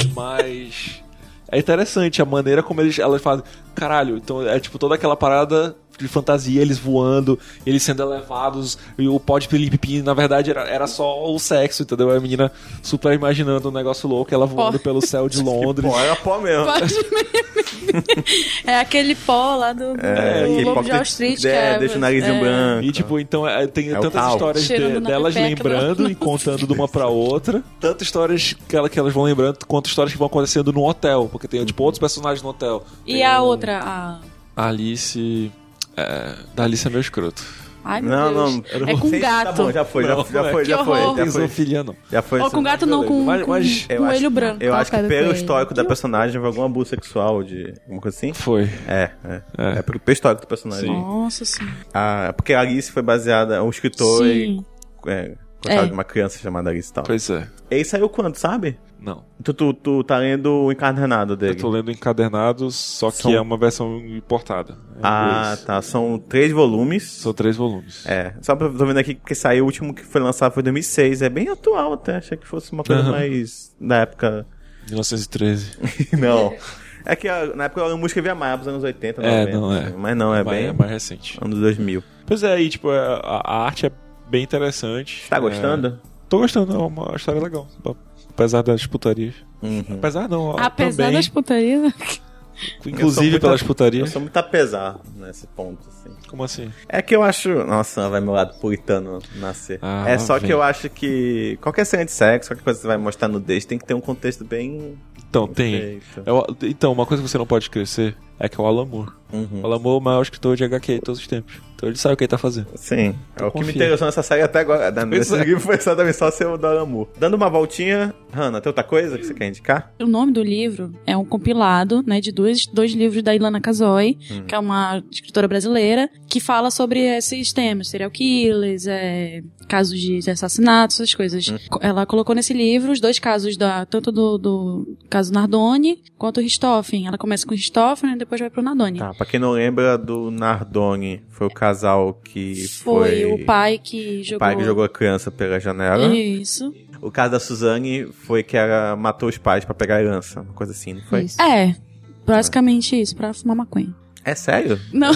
Mas. É interessante a maneira como eles, elas fazem. Caralho, então é tipo toda aquela parada de fantasia, eles voando, eles sendo elevados, e o pó de pilipipi, na verdade, era, era só o sexo, entendeu? A menina super imaginando um negócio louco, ela voando Pó. pelo céu de Londres. Pô, era pó mesmo. Pode mesmo. É aquele pó lá do, do É, aquele Lobo pó de que Wall Street. que é, deixa o narizinho é, branco. E tipo, então é, tem É o tantas tal. histórias de- Cheirando na delas pepeca, lembrando não. e contando de uma pra outra. Tanto histórias que, ela, que elas vão lembrando, quanto histórias que vão acontecendo no hotel. Porque tem tipo outros personagens no hotel. E Tem a o- outra, a... A Alice. É, da Alice é meu escroto. Ai, meu Não, Deus. não. É com Sei- gato. Tá bom, já foi, já, Não, já não é. foi, Que já foi. horror. Já foi, Zoofilia não. já foi. Ou com gato não, com, Mas- com, mas com eu olho acho- branco. Eu acho que Qual pelo foi? histórico da personagem foi algum abuso sexual de alguma coisa assim. Foi. É, é. É. É, pelo pelo histórico do personagem. Sim. Nossa senhora. Ah, porque a Alice foi baseada, um escritor e Sim. é, gostava É. de uma criança chamada Alice e tal. Pois é. E aí saiu quando, sabe? Não. Tu, tu, tu tá lendo o encadernado dele. Eu tô lendo encadernados, só que São- é uma versão importada. É Ah, inglês. tá. São três volumes. São três volumes. É, só pra, tô vendo aqui que saiu o último que foi lançado foi em dois mil e seis. É bem atual até. Achei que fosse uma coisa Aham. mais da época. mil novecentos e treze. Não. É que a- na época a música via mais pros anos oitenta, É, noventa. não é. Mas não, é Mas bem é mais recente. anos dois mil. Pois é, aí, tipo, a, a arte é bem interessante. Tá É, gostando? tô gostando, é uma história legal. Apesar das putarias. Uhum. Apesar não, Apesar também, das putarias. Eu inclusive sou pelas muito- Eu putarias. sou muito apesar nesse ponto, assim. Como assim? É que eu acho. Nossa, vai meu lado puritano nascer. Ah, é só vem. que eu acho que qualquer cena de sexo, qualquer coisa que você vai mostrar nudez, tem que ter um contexto bem. Então, tem. feito. É o- então, uma coisa que você não pode crescer é que é o Alan Moore. Uhum. O Alan Moore é o maior escritor de H Q de todos os tempos. Então ele sabe o que ele tá fazendo. Sim, é o que me confia. interessou nessa série até agora. Pois Nesse é. livro foi exatamente só ser o do Alan Moore. Dando uma voltinha, Hannah, tem outra coisa que você quer indicar? O nome do livro é um compilado, né, de dois, dois livros da Ilana Kazoy, Hum. que é uma escritora brasileira, que fala sobre esses temas, serial killers, é, casos de assassinatos, essas coisas. Hum. Ela colocou nesse livro os dois casos, da, tanto do, do caso Nardoni, quanto o Richthofen. Ela começa com o Richthofen e depois vai pro Nardoni. Tá, pra quem não lembra do Nardoni, foi o casal que Foi, foi, o pai que o jogou... pai que jogou a criança pela janela. Isso. O caso da Suzane foi que ela matou os pais pra pegar a herança, uma coisa assim, não foi? Isso. É, basicamente isso, pra fumar maconha. É sério? Não.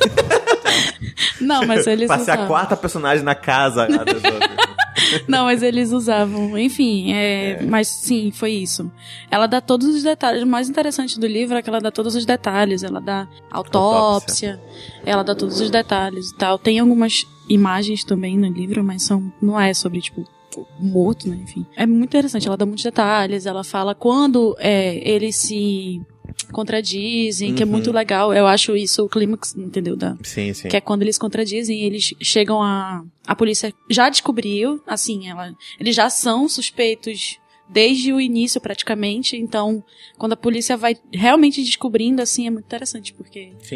Não, mas eles Pra ser a usavam. quarta personagem na casa lá das outras. Não, mas eles usavam. Enfim, é, mas sim, foi isso. Ela dá todos os detalhes. O mais interessante do livro é que ela dá todos os detalhes. Ela dá autópsia, ela dá todos os detalhes e tal. Tem algumas imagens também no livro, mas são, não é sobre, tipo, morto, né? Enfim. É muito interessante. Ela dá muitos detalhes. Ela fala quando é, eles se contradizem, que é Uhum. muito legal. Eu acho isso o clímax, entendeu? Da, Sim, sim. que é quando eles contradizem, eles chegam a... A polícia já descobriu, assim, ela, eles já são suspeitos desde o início, praticamente. Então, quando a polícia vai realmente descobrindo, assim, é muito interessante, porque Sim.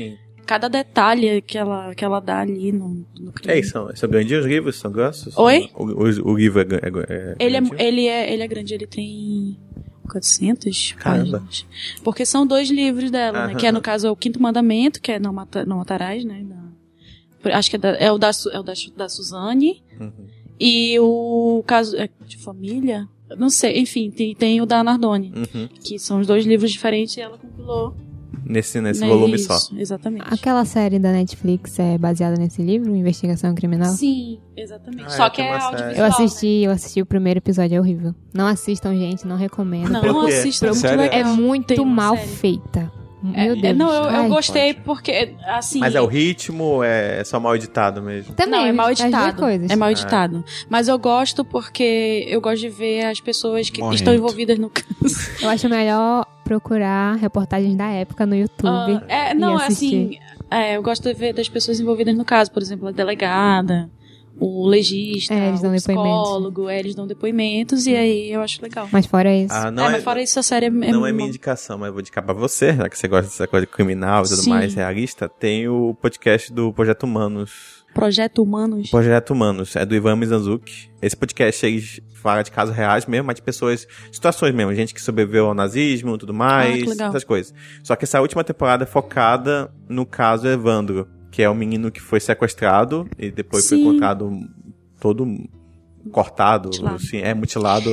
cada detalhe que ela, que ela dá ali no, no crime. É, são, são grandes os livros, são grossos? Oi? O, o, o livro é, é, é ele, é, grande? ele, é, ele é grande, ele tem quatrocentas Caramba. páginas. Porque são dois livros dela, Aham. né? Que é, no caso, é o Quinto Mandamento, que é Não, Mata, não Matarás, né? Da, acho que é, da, é o, da, é o da, da Suzane. Uhum. E o caso é de família? Não sei, enfim, tem, tem o da Nardone. Uhum. Que são os dois livros diferentes e ela compilou. Nesse, nesse né, volume isso, só. Exatamente. Aquela série da Netflix é baseada nesse livro, Investigação Criminal? Sim, exatamente. Ah, Só é, que tem é uma série. audiovisual. Eu assisti, eu assisti o primeiro eepisódio, é horrível. Não assistam, gente, não recomendo. Não, Por não quê? assista, é muito Sério? legal. É muito Tem uma mal série. feita. É, Meu é, Deus. não, eu, eu Ai. gostei porque, assim... Mas é o ritmo ou é só mal editado mesmo? Também, Não, é mal as duas editado. coisas. É mal editado. Mas eu gosto porque eu gosto de ver as pessoas que Morrendo. estão envolvidas no caso. Eu acho melhor procurar reportagens da época no YouTube. Ah, é, e não, assistir. assim, é, eu gosto de ver das pessoas envolvidas no caso. Por exemplo, a delegada, o legista, É, eles dão o depoimentos. psicólogo, é, eles dão depoimentos e aí eu acho legal. Mas fora isso. Ah, não é, é, mas fora isso, a série é... não é minha indicação, mas eu vou indicar pra você, já que você gosta dessa coisa criminal e tudo Sim. mais, realista. Tem o podcast do Projeto Humanos. Projeto Humanos. Projeto Humanos, é do Ivan Mizanzuki. Esse podcast aí fala de casos reais mesmo, mas de pessoas, situações mesmo, gente que sobreviveu ao nazismo e tudo mais, Ah, que legal. essas coisas. Só que essa última temporada é focada no caso Evandro, que é um menino que foi sequestrado e depois Sim. foi encontrado todo cortado, Mutilado. assim, é mutilado.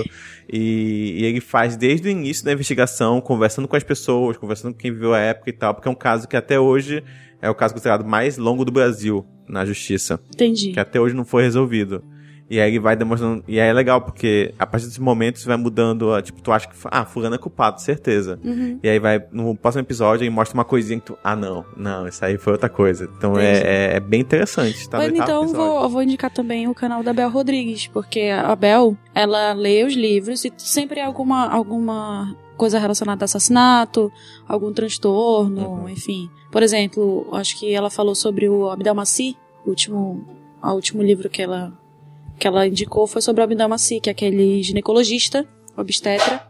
E, e ele faz desde o início da investigação, conversando com as pessoas, conversando com quem viveu a época e tal, porque é um caso que até hoje é o caso considerado mais longo do Brasil na justiça, Entendi. que até hoje não foi resolvido. E aí ele vai demonstrando... E aí é legal, porque a partir desse momento você vai mudando... ó, tipo, tu acha que... Ah, fulano é culpado, certeza. Uhum. E aí vai... No próximo episódio, ele mostra uma coisinha que tu... Ah, não. Não, isso aí foi outra coisa. Então é, é, é bem interessante. Tá no Pois oitavo então eu episódio. vou, eu vou indicar também o canal da Bel Rodrigues, porque a Bel, ela lê os livros e sempre é alguma, alguma coisa relacionada a assassinato, algum transtorno, Uhum. enfim. Por exemplo, acho que ela falou sobre o Abdelmaci, o último, o último livro que ela, que ela indicou foi sobre o Abdelmaci, que é aquele ginecologista, obstetra,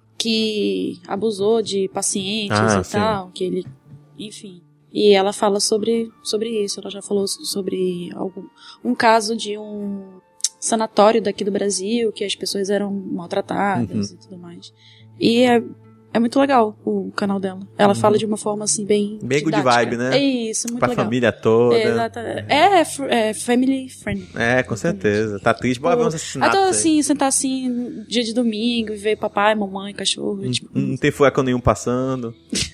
que abusou de pacientes Ah, e sim. tal, que ele, enfim. E ela fala sobre, sobre isso, ela já falou sobre algum, um caso de um sanatório daqui do Brasil, que as pessoas eram maltratadas Uhum. e tudo mais. E é, é muito legal o canal dela. Ela Uhum. fala de uma forma assim bem Bem good didática. vibe, né? É isso, muito Pra legal. família toda. É, exata- é, é, fr- é family friendly. É, com certeza. Tá triste, bora ver uns assassinatos Até aí. assim, sentar assim, dia de domingo, e ver papai, mamãe, cachorro. Não, tipo, não tem furacão nenhum passando.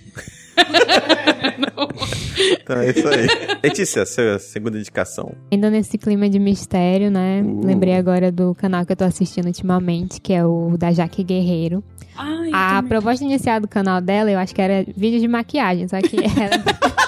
Então é isso aí. Letícia, sua segunda indicação. Ainda nesse clima de mistério, né? Uh. Lembrei agora do canal que eu tô assistindo ultimamente, que é o da Jaque Guerreiro. ai, eu A também. proposta inicial do canal dela, eu acho que era vídeo de maquiagem, só que ela...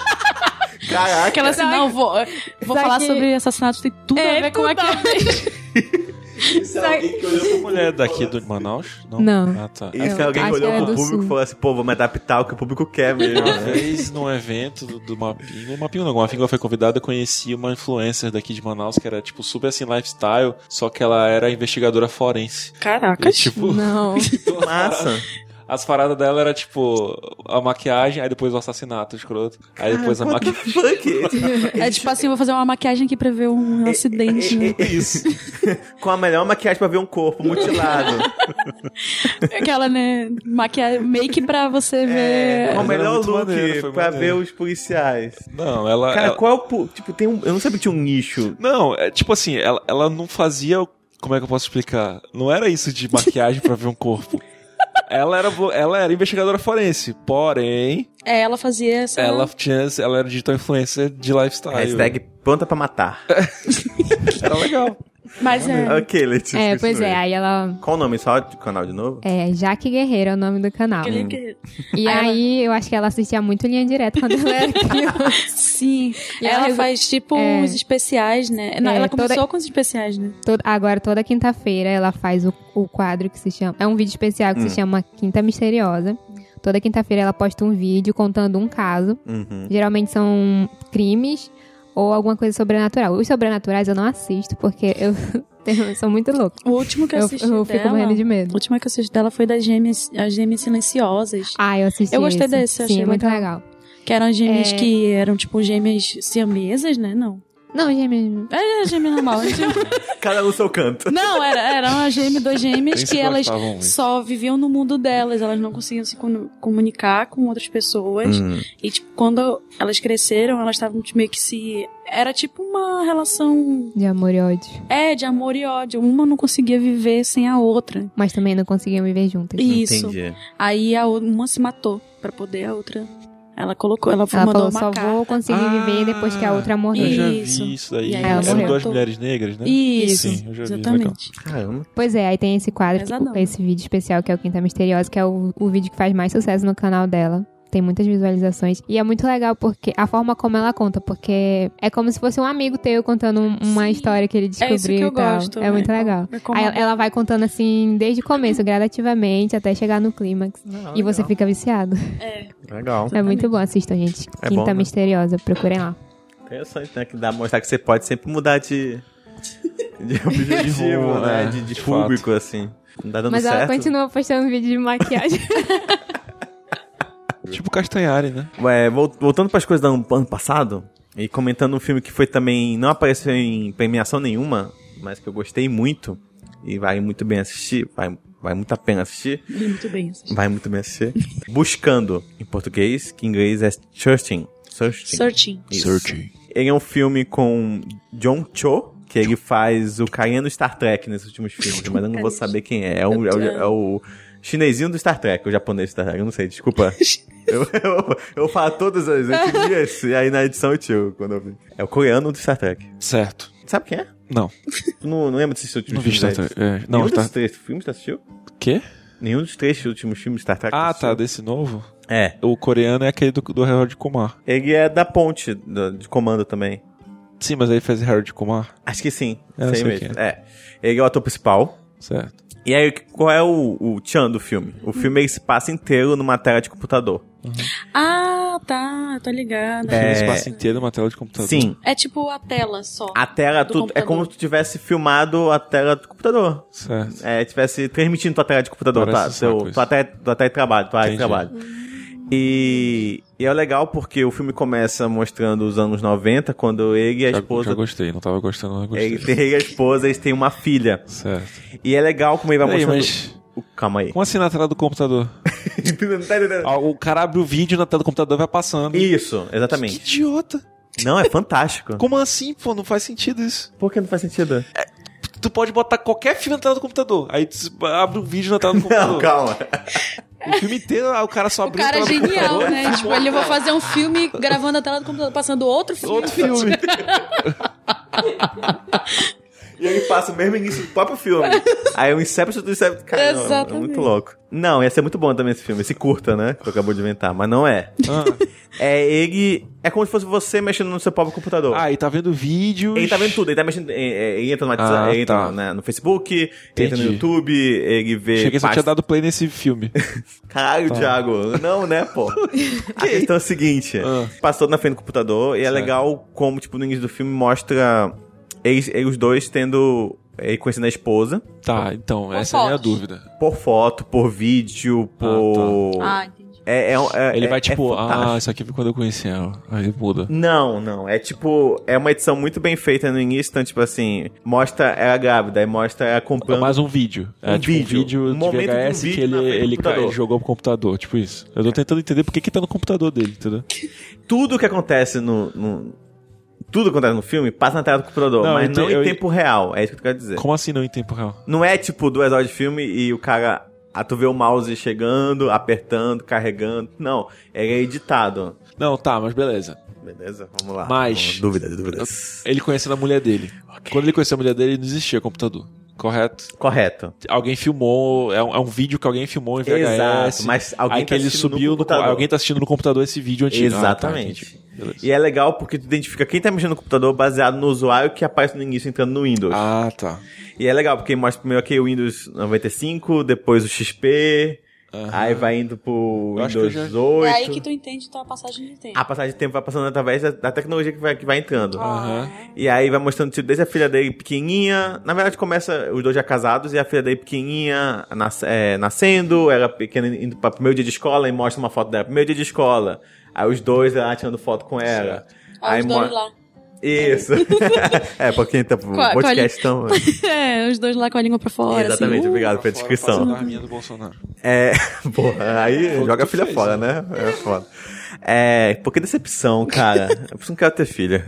Caraca. Aquela assim, não, vou, vou Só falar que- sobre assassinatos, tem tudo É, a ver com tudo a aquilo. Isso é alguém que olhou pro Mulher daqui do Manaus? Não. Ah, tá. Isso Eu é alguém que acho que olhou era pro do público Sul. e falou assim, pô, vamos adaptar o que o público quer mesmo. Uma vez, num evento do, do Mapingo, Mapingo não, a Mapingo foi convidada, eu conheci uma influencer daqui de Manaus, que era, tipo, super assim, lifestyle, só que ela era investigadora forense. Caraca. E, tipo, Não. Massa. as paradas dela era, tipo, a maquiagem, aí depois o assassinato escroto, aí depois a What the maquiagem. fuck? É tipo assim, vou fazer uma maquiagem aqui pra ver um acidente, né? Isso. Com a melhor maquiagem pra ver um corpo mutilado. Aquela, né, maquiagem, make pra você ver... É, com o Mas era melhor muito look maneiro, foi pra maneiro. ver os policiais. Não, ela... Cara, ela- qual é o... pu- Tipo, tem um... Eu não sabia que tinha um nicho. Não, é tipo assim, ela, ela não fazia... Como é que eu posso explicar? Não era isso de maquiagem pra ver um corpo. Ela era, vo- ela era investigadora forense, porém, É, ela fazia essa... ela tinha, ela era digital influencer de lifestyle. Hashtag pronta pra matar. Era legal. Mas é... Ok, Letícia. É, pois continue. é, aí ela... Qual o nome? Só do canal de novo? É, Jaque Guerreiro é o nome do canal. Aquele que... E Aí ela- aí, eu acho que ela assistia muito Linha Direta quando ela era criança. Sim. E ela ela resol- faz, tipo, É. uns especiais, né? Não, É, ela toda- começou com os especiais, né? Toda- agora, toda quinta-feira, ela faz o, o quadro que se chama... É um vídeo especial que Hum. se chama Quinta Misteriosa. Toda quinta-feira ela posta um vídeo contando um caso. Uhum. Geralmente são crimes ou alguma coisa sobrenatural. Os sobrenaturais eu não assisto, porque eu, tenho- eu sou muito louca. O último que eu Eu, assisti eu fico dela... morrendo de O medo. último que eu assisti dela foi das gêmeas, as gêmeas silenciosas. Ah, eu assisti Eu gostei esse. desse, eu Sim, achei é muito legal. legal. Que eram gêmeas É. que eram, tipo, gêmeas siamesas, né? Não. Não, gêmeo. É gêmea normal. Cada um no seu canto. Não, era, era uma gêmea, duas gêmeas Nem que se elas gostavam muito. só viviam no mundo delas. Elas não conseguiam se comu- comunicar com outras pessoas. Hum. E, tipo, quando elas cresceram, elas estavam tipo, meio que se... Era tipo uma relação... De amor e ódio. É, de amor e ódio. Uma não conseguia viver sem a outra. Mas também não conseguiam viver juntas. Isso. Entendi. Aí a o- uma se matou pra poder a outra... Ela colocou, ela, Ela mandou falou, uma só carta. vou conseguir viver depois que a outra morrer. Eu já Isso. vi isso daí. E aí ela Eram morreu. duas mulheres negras, né? Isso, Sim, eu já vi, exatamente. Caramba. Pois é, aí tem esse quadro, Pesadão. esse vídeo especial que é o Quinta Misteriosa, que é o, o vídeo que faz mais sucesso no canal dela. Tem muitas visualizações. E é muito legal porque a forma como ela conta, porque é como se fosse um amigo teu contando um- uma Sim. história que ele É descobriu isso que eu e tal. gosto. É muito né? legal. É como- Aí ela vai contando assim, desde o começo, gradativamente, até chegar no clímax. Não, E você legal. fica viciado. Legal. É muito bom, assistam, gente. É Quinta bom, né? Misteriosa, procurem lá. Interessante, né? Que dá mostrar que você pode sempre mudar de, de objetivo, rumo, né? é, de de de público, assim. Não tá dando Mas certo. ela continua postando vídeo de maquiagem. Tipo Castanhari, né? Ué, vol- voltando para as coisas do ano ano passado, e comentando um filme que foi também, não apareceu em premiação nenhuma, mas que eu gostei muito, e vale muito bem assistir, vai, vai muito a pena assistir, Muito bem. assim. vai muito bem assistir. Buscando, em português, que em inglês é Searching. Searching. Searching. Isso. Ele é um filme com John Cho, que ele faz o carinha do Star Trek nesses últimos filmes, mas eu não vou saber quem é. É o, é o, é o chinesinho do Star Trek, o japonês do Star Trek, eu não sei, desculpa. Eu, eu, eu falo todas as etnias, e aí na edição eu tiro, quando eu vi. É o coreano do Star Trek. Certo. Sabe quem é? Não. Tu não, não lembra desses últimos Não vi filmes? Star deles? Trek. É, não, Nenhum Star... dos três filmes tu assistiu? Quê? Nenhum dos três últimos filmes de Star Trek tu Ah, assistiu? tá, desse novo. É. O coreano é aquele do, do Harold Kumar. Ele é da ponte, do- de comando também. Sim, mas aí fez Harold Kumar. Acho que sim. Eu sei sei mesmo. quem É. Ele é o ator principal. Certo. E aí, qual é o, o tchan do filme? O filme ele se passa inteiro numa tela de computador. Ah, tá. Tô ligada. O filme É. se passa inteiro numa tela de computador. Sim. É tipo a tela só. A tela, Do tu, é computador. como se tu tivesse filmado a tela do computador. Certo. É, tivesse transmitindo tua tela de computador, tá? Parece Seu, saco isso. tua, tela, tua tela de trabalho, tua área de Entendi. trabalho. E, e é legal porque o filme começa mostrando os anos noventa, quando ele e a Já, esposa... já gostei, não tava gostando, mas gostei. Ele, tem- ele e a esposa, eles têm uma filha. Certo. E é legal como ele vai Peraí, mostrando... mas O- Calma aí. como assim na tela do computador? Não tá entendendo? Ah, o cara abre o vídeo na tela do computador e vai passando. Isso, Que exatamente. idiota. Não, é fantástico. Como assim, pô? Não faz sentido isso. Por que não faz sentido? Tu pode botar qualquer filme na tela do computador. Aí tu abre um vídeo na tela do computador. Não, calma. O filme inteiro, ah, o cara só O abriu cara a é tela do genial, computador. né? Tipo, ele vai fazer um filme gravando a tela do computador, passando outro filme. Outro filme. E ele passa o mesmo início do próprio filme. Aí o Inception do Inception. Cara, não, é Exatamente. muito louco. Não, ia ser muito bom também esse filme. Esse curta, né? Que tu acabou de inventar. Mas não é. Ah. É ele... É como se fosse você mexendo no seu próprio computador. Ah, e tá vendo vídeos. Ele tá vendo tudo, ele tá mexendo. Ele, ele entra no WhatsApp, Ah, ele entra tá. né, no Facebook, ele entra no Entendi. YouTube, ele vê. Cheguei só pasta- tinha dado play nesse filme. Caralho, Tá. Thiago. Não, né, pô? A questão é a seguinte: Ah. passou na frente do computador e é Certo. legal como, tipo, no início do filme mostra eles, eles os dois tendo. Ele conhecendo a esposa. Tá, então, Por essa é a minha fotos. dúvida. Por foto, por vídeo, por. Ah, entendi. É, é, é- Ele é- vai é tipo, fantástico. ah, isso aqui foi quando eu conheci ela. Aí muda. Não, não. É tipo, é uma edição muito bem feita no início, então, tipo assim, mostra ela grávida, aí mostra ela comprando. Mais um vídeo. É Um tipo vídeo. um vídeo Um de momento de um V H S vídeo que ele, na frente do ele, computador. ele jogou pro computador, tipo isso. Eu tô tentando entender por que que tá no computador dele, entendeu? Tudo que acontece no. no- tudo que acontece no filme passa na tela do computador, Não, mas eu te- não em eu- tempo real. É isso que eu quero dizer. Como assim não em tempo real? Não é tipo duas horas de filme e o cara. Ah, tu vê o mouse chegando, apertando, carregando. Não, é editado. Não, tá, mas beleza. Beleza? Vamos lá. Mas- Vamos- Dúvidas, dúvidas. Ele conhecendo a mulher dele. Quando ele conheceu a mulher dele, não existia computador. Correto? Correto. Alguém filmou, é um, é um vídeo que alguém filmou em V H S. Exato, mas alguém aí que tá ele assistindo no subiu no, computador. alguém tá assistindo no computador esse vídeo antigo. Exatamente. Ah, tá, entendi. Beleza. E é legal porque tu identifica quem tá mexendo no computador baseado no usuário que aparece no início entrando no Windows. Ah, tá. E é legal porque mostra primeiro aqui o Windows noventa e cinco, depois o X P, Uhum. Aí vai indo pro Eu acho que eu Windows já- oito. É aí que tu entende então a passagem de tempo. A passagem de tempo vai passando através da, da tecnologia que vai, que vai entrando. Aham. E aí vai mostrando, tipo, desde a filha dele pequenininha. Na verdade, começa os dois já casados e a filha dele pequenininha nas, é, nascendo, ela pequena indo pra primeiro dia de escola e mostra uma foto dela. Primeiro dia de escola. Aí os dois lá tirando foto com ela. Aí os dois mo- lá. Isso. é, pra quem tá pro Com a- com a podcast tão... É, os dois lá com a língua pra fora. Exatamente, assim, uh. obrigado pela Fora, descrição. fazendo a arminha do Bolsonaro. É, porra, aí Foi o joga que a tu filha fez, fora, né? né? É foda. É, por que decepção, cara? Eu não quero ter filha.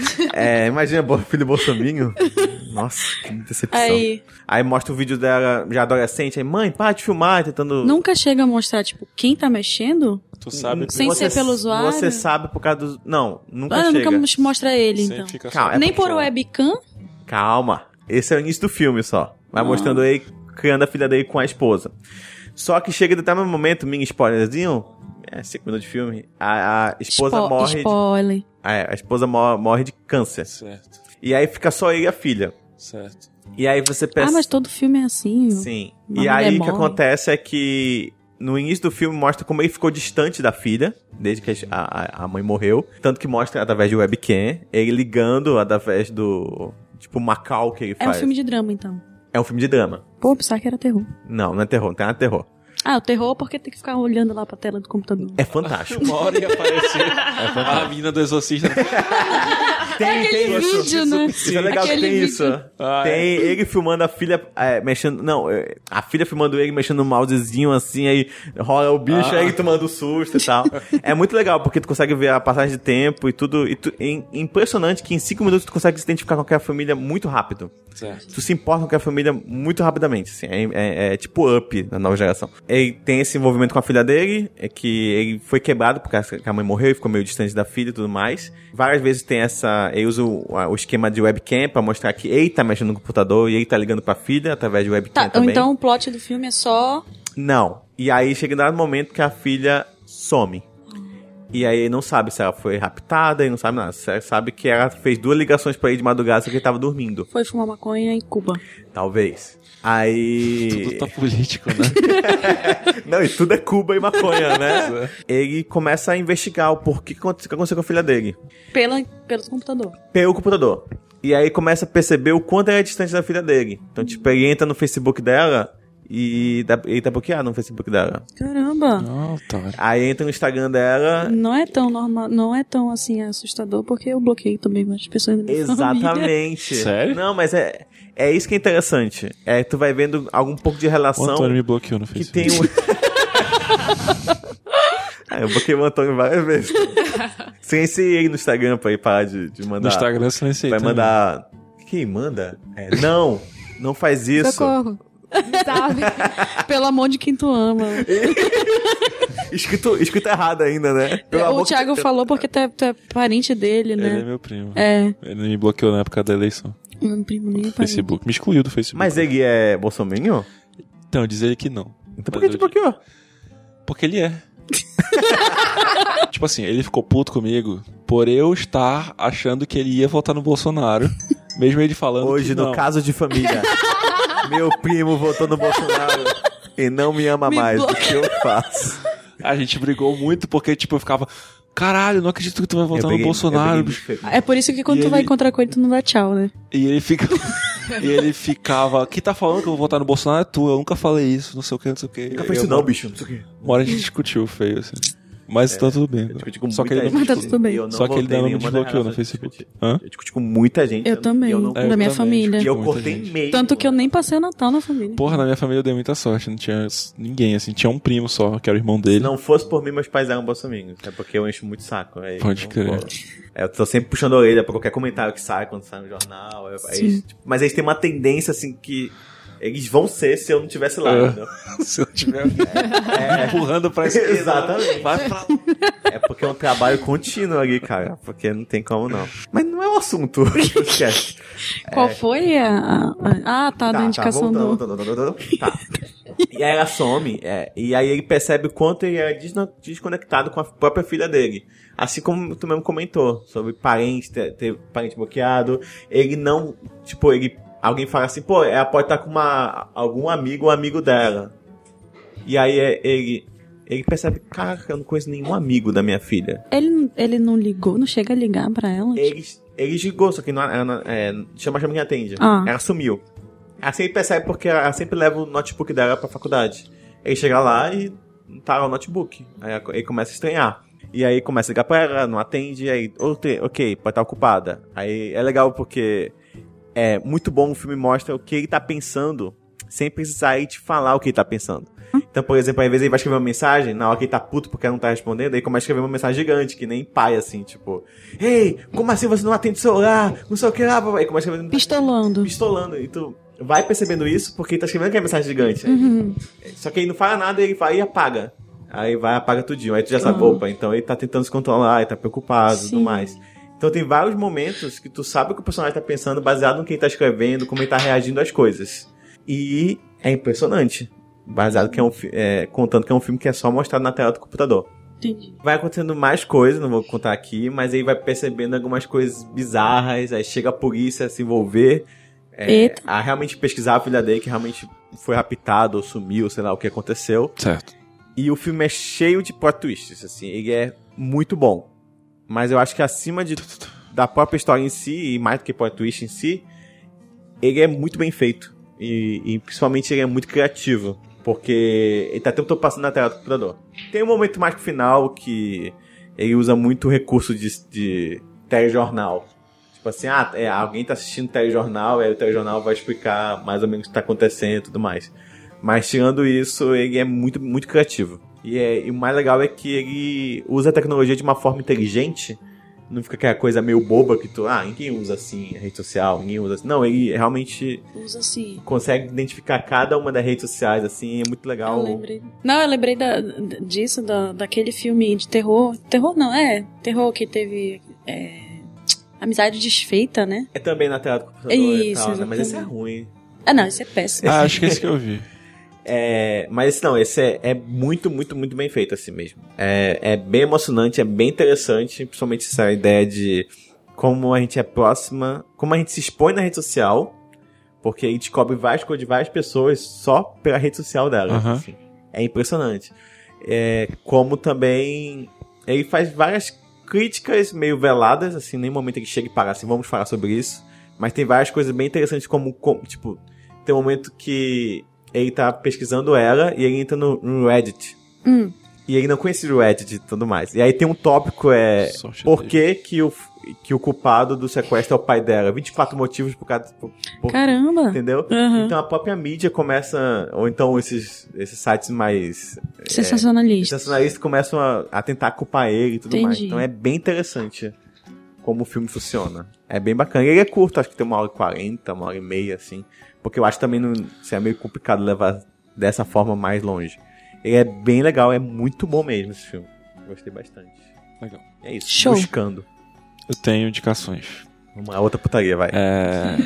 É, imagina, bo- filho bolsominho. Nossa, que decepção. Aí. Aí, mostra o vídeo dela já adolescente, aí, mãe, para de filmar, tentando... nunca chega a mostrar, tipo, quem tá mexendo? Tu sabe que Sem Você- ser pelo usuário? Você sabe por causa dos... Não, nunca Ah, chega. nunca mostra ele, sempre então. fica Calma, só. é Nem porque- por webcam? Calma. Esse é o início do filme só. Vai Ah. mostrando ele criando a filha dele com a esposa. Só que chega em determinado momento, mini spoilerzinho, é cinco minutos de filme, a, a esposa Spo- morre... De, Spoiler. é, a esposa mo- morre de câncer. Certo, E aí fica só ele e a filha. certo. E aí você pensa... Ah, mas todo filme é assim. Sim. Uma E aí mulher o que morre. acontece é que no início do filme mostra como ele ficou distante da filha, desde que a, a, a mãe morreu. Tanto que mostra através de webcam, ele ligando através do... Tipo, Macau que ele É um faz. filme de drama, então. É um filme de drama. Pô, pensava que era terror. Não, não é terror, não tem nada de terror. Ah, o terror porque tem que ficar olhando lá pra tela do computador. É fantástico. Uma hora ia aparecer a menina do Exorcista. Tem, Aquele isso. vídeo, né? Isso é legal que Aquele tem vídeo. isso. Ah, tem ele filmando a filha é, mexendo. Não, é, a filha filmando ele mexendo no mousezinho assim, aí rola o bicho, Ah. aí tomando susto e tal. É muito legal, porque tu consegue ver a passagem de tempo e tudo. E tu, é impressionante que em cinco minutos tu consegue se identificar com aquela família muito rápido. Certo. Tu se importa com aquela família muito rapidamente, assim. É, é- é tipo Up na nova geração. Ele tem esse envolvimento com a filha dele, é que ele foi quebrado porque a mãe morreu e ficou meio distante da filha e tudo mais. Várias vezes tem essa... Ele usa o, o esquema de webcam pra mostrar que ele tá mexendo no computador e ele tá ligando pra filha através de webcam Tá, ou também. então o plot do filme é só... Não. E aí chega um dado momento que a filha some. E aí ele não sabe se ela foi raptada, ele não sabe nada. Você sabe que ela fez duas ligações pra ele de madrugada, só que ele tava dormindo. Foi fumar maconha em Cuba. Talvez. Aí... Tudo tá político, né? Não, e tudo é Cuba e maconha, né? Ele começa a investigar o porquê que aconteceu que aconteceu com a filha dele. Pela, pelo computador. Pelo computador. E aí começa a perceber o quanto ela é distante da filha dele. Então, tipo, ele entra no Facebook dela e dá- ele tá bloqueado no Facebook dela. Caramba. Não, tá. Aí entra no Instagram dela... Não é tão normal, não é tão assim assustador, porque eu bloqueei também várias pessoas da minha família. Exatamente. Sério? Não, mas é, é isso que é interessante. É, tu vai vendo algum pouco de O relação Antônio me bloqueou no que Facebook. tem um... Ah, eu bloqueei o Antônio várias vezes. Silenciei ele no Instagram pra ele parar de, de mandar. No Instagram eu silenciei Vai também. mandar... Quem manda? É, não, não faz isso. Socorro. Sabe? Pelo amor de quem tu ama. Escrito, escrito errado ainda, né? Pelo o amor que- Thiago falou porque tu é, tu é parente dele, Ele é né? meu primo. É. Ele me bloqueou na época da eleição. Meu primo nem é parente. Facebook. Me excluiu do Facebook. Mas ele é bolsominion? Então, diz ele que não. Então por Mas que te eu- bloqueou? Porque ele é. Tipo assim, ele ficou puto comigo por eu estar achando que ele ia votar no Bolsonaro, mesmo ele falando Hoje, que no não. caso de família, meu primo votou no Bolsonaro e não me ama Me mais. bloqueia. O que eu faço? A gente brigou muito porque, tipo, eu ficava... Caralho, não acredito que tu vai votar Eu no peguei- Bolsonaro, eu bicho. peguei- É por isso que quando E tu vai ele- encontrar com ele, tu não dá tchau, né? E ele fica... e ele ficava... Quem tá falando que eu vou votar no Bolsonaro é tu, eu nunca falei isso, não sei o que, não sei o que. Nunca fez isso não, bicho. Não sei o quê. Uma hora a gente discutiu feio, assim. Mas tá tudo bem. Eu discuti com Só que muita ele não... Mas tá gente. tudo bem. E eu não Só que ele votei ainda não me nenhuma desbloqueou das no relações Facebook. que eu tive. Hã? Eu discuti com muita gente. Eu também, e eu não- da eu minha também. família. E eu muita cortei gente. meio. Tanto que eu nem passei o Natal na família. Porra, na minha família eu dei muita sorte. Não tinha ninguém, assim. Tinha um primo só, que era o irmão dele. Se não fosse por mim, meus pais eram bolsominions. É porque eu encho muito saco. Aí, Pode não crer. vou- É, eu tô sempre puxando a orelha pra qualquer comentário que sai quando sai no jornal. Eu- aí, Sim. tipo, mas eles têm uma tendência, assim, que eles vão ser se eu não tivesse lá, É. entendeu? Se eu tiver empurrando pra esquerda. Exatamente. Vai pra... É porque é um trabalho contínuo ali, cara. Porque não tem como não. Mas não é o assunto. Esquece. Qual foi a, a- a- Ah, tá, da indicação voltando, do... voltando, voltando, voltando. Tá. E aí ela some, é, e aí ele percebe o quanto ele é desno- desconectado com a própria filha dele. Assim como tu mesmo comentou, sobre parente, ter, ter parente bloqueado. Ele não, tipo, ele... Alguém fala assim, pô, ela pode estar com uma, algum amigo ou amigo dela. E aí é, ele, ele percebe, cara, eu não conheço nenhum amigo da minha filha. Ele, ele não ligou, não chega a ligar pra ela? Ele, ele ligou, só que não, ela, não- é, chama, chama quem atende. Ah. Ela sumiu. Assim ele percebe porque ela sempre leva o notebook dela pra faculdade. Ele chega lá e não tá lá o notebook. Aí ele começa a estranhar. E aí começa a ligar pra ela, não atende, aí, ok, ok, pode estar ocupada. Aí é legal porque é muito bom, o filme mostra o que ele tá pensando, sem precisar ir te falar o que ele tá pensando. Então, por exemplo, às vezes ele vai escrever uma mensagem, na hora que ele tá puto porque ela não tá respondendo, aí começa a escrever uma mensagem gigante, que nem pai, assim, tipo, ei, como assim você não atende o celular? Não sei o que lá, papai. Aí começa a escrever... Pistolando. Pistolando. E tu vai percebendo isso porque ele tá escrevendo aquela mensagem gigante. Uhum. Só que ele não fala nada, ele vai e apaga. Aí vai e apaga tudinho. Aí tu já sabe, Uhum. opa, então ele tá tentando se controlar, ele tá preocupado e Sim. tudo mais. Então tem vários momentos que tu sabe o que o personagem tá pensando baseado no que ele tá escrevendo, como ele tá reagindo às coisas. E é impressionante. Baseado que é um fi- é, contando que é um filme que é só mostrado na tela do computador. Entendi. Vai acontecendo mais coisas, não vou contar aqui, mas aí vai percebendo algumas coisas bizarras, aí chega a polícia a se envolver, é, Eita. a realmente pesquisar a filha dele, que realmente foi raptado ou sumiu, sei lá o que aconteceu. Certo. E o filme é cheio de plot twists, assim, ele é muito bom. Mas eu acho que acima de, da própria história em si, e mais do que plot twist em si, ele é muito bem feito. E, e principalmente ele é muito criativo. Porque ele tá o tempo todo passando na tela do computador. Tem um momento mais pro final que ele usa muito recurso de, de telejornal. Tipo assim, ah, é, alguém tá assistindo telejornal, aí o telejornal vai explicar mais ou menos o que tá acontecendo e tudo mais. Mas tirando isso, ele é muito, muito criativo. E, é, e o mais legal é que ele usa a tecnologia de uma forma inteligente. Não fica aquela coisa meio boba que tu... Ah, ninguém usa assim a rede social, ninguém usa assim. Não, ele realmente Usa assim. consegue identificar cada uma das redes sociais, assim, é muito legal. Eu lembrei. Não, eu lembrei da, disso, da, daquele filme de terror. Terror não, é. Terror que teve. É, Amizade Desfeita, né? É também na tela do computador e Isso, tal, né? Mas esse é exatamente. ruim. Ah, não, isso é péssimo. Ah, acho que é esse que eu vi. É, mas esse não, esse é, é muito, muito, muito bem feito assim mesmo. É, é bem emocionante, é bem interessante, principalmente essa ideia de como a gente é próxima, como a gente se expõe na rede social, porque a gente descobre várias coisas de várias pessoas só pela rede social delas. Uhum. Assim. É impressionante. É, como também ele faz várias críticas meio veladas, assim, nem momento ele chega e para assim, vamos falar sobre isso. Mas tem várias coisas bem interessantes, como, como tipo, tem um momento que ele tá pesquisando ela e ele entra no, no Reddit. Hum. E ele não conhecia o Reddit e tudo mais. E aí tem um tópico, é... Sorte Por dele. que que o, que o culpado do sequestro é o pai dela? vinte e quatro motivos por cada... Por, por- Caramba. Entendeu? Uhum. Então a própria mídia começa... Ou então esses, esses sites mais... Sensacionalista. Sensacionalistas começam a, a tentar culpar ele e tudo Entendi. mais. Então é bem interessante como o filme funciona. É bem bacana. E ele é curto, acho que tem uma hora e quarenta, uma hora e meia, assim. Porque eu acho também não, assim, é meio complicado levar dessa forma mais longe. Ele é bem legal, é muito bom mesmo esse filme. Gostei bastante. Legal. É isso, Show. Buscando. Eu tenho indicações. Vamos lá, outra putaria, vai. É,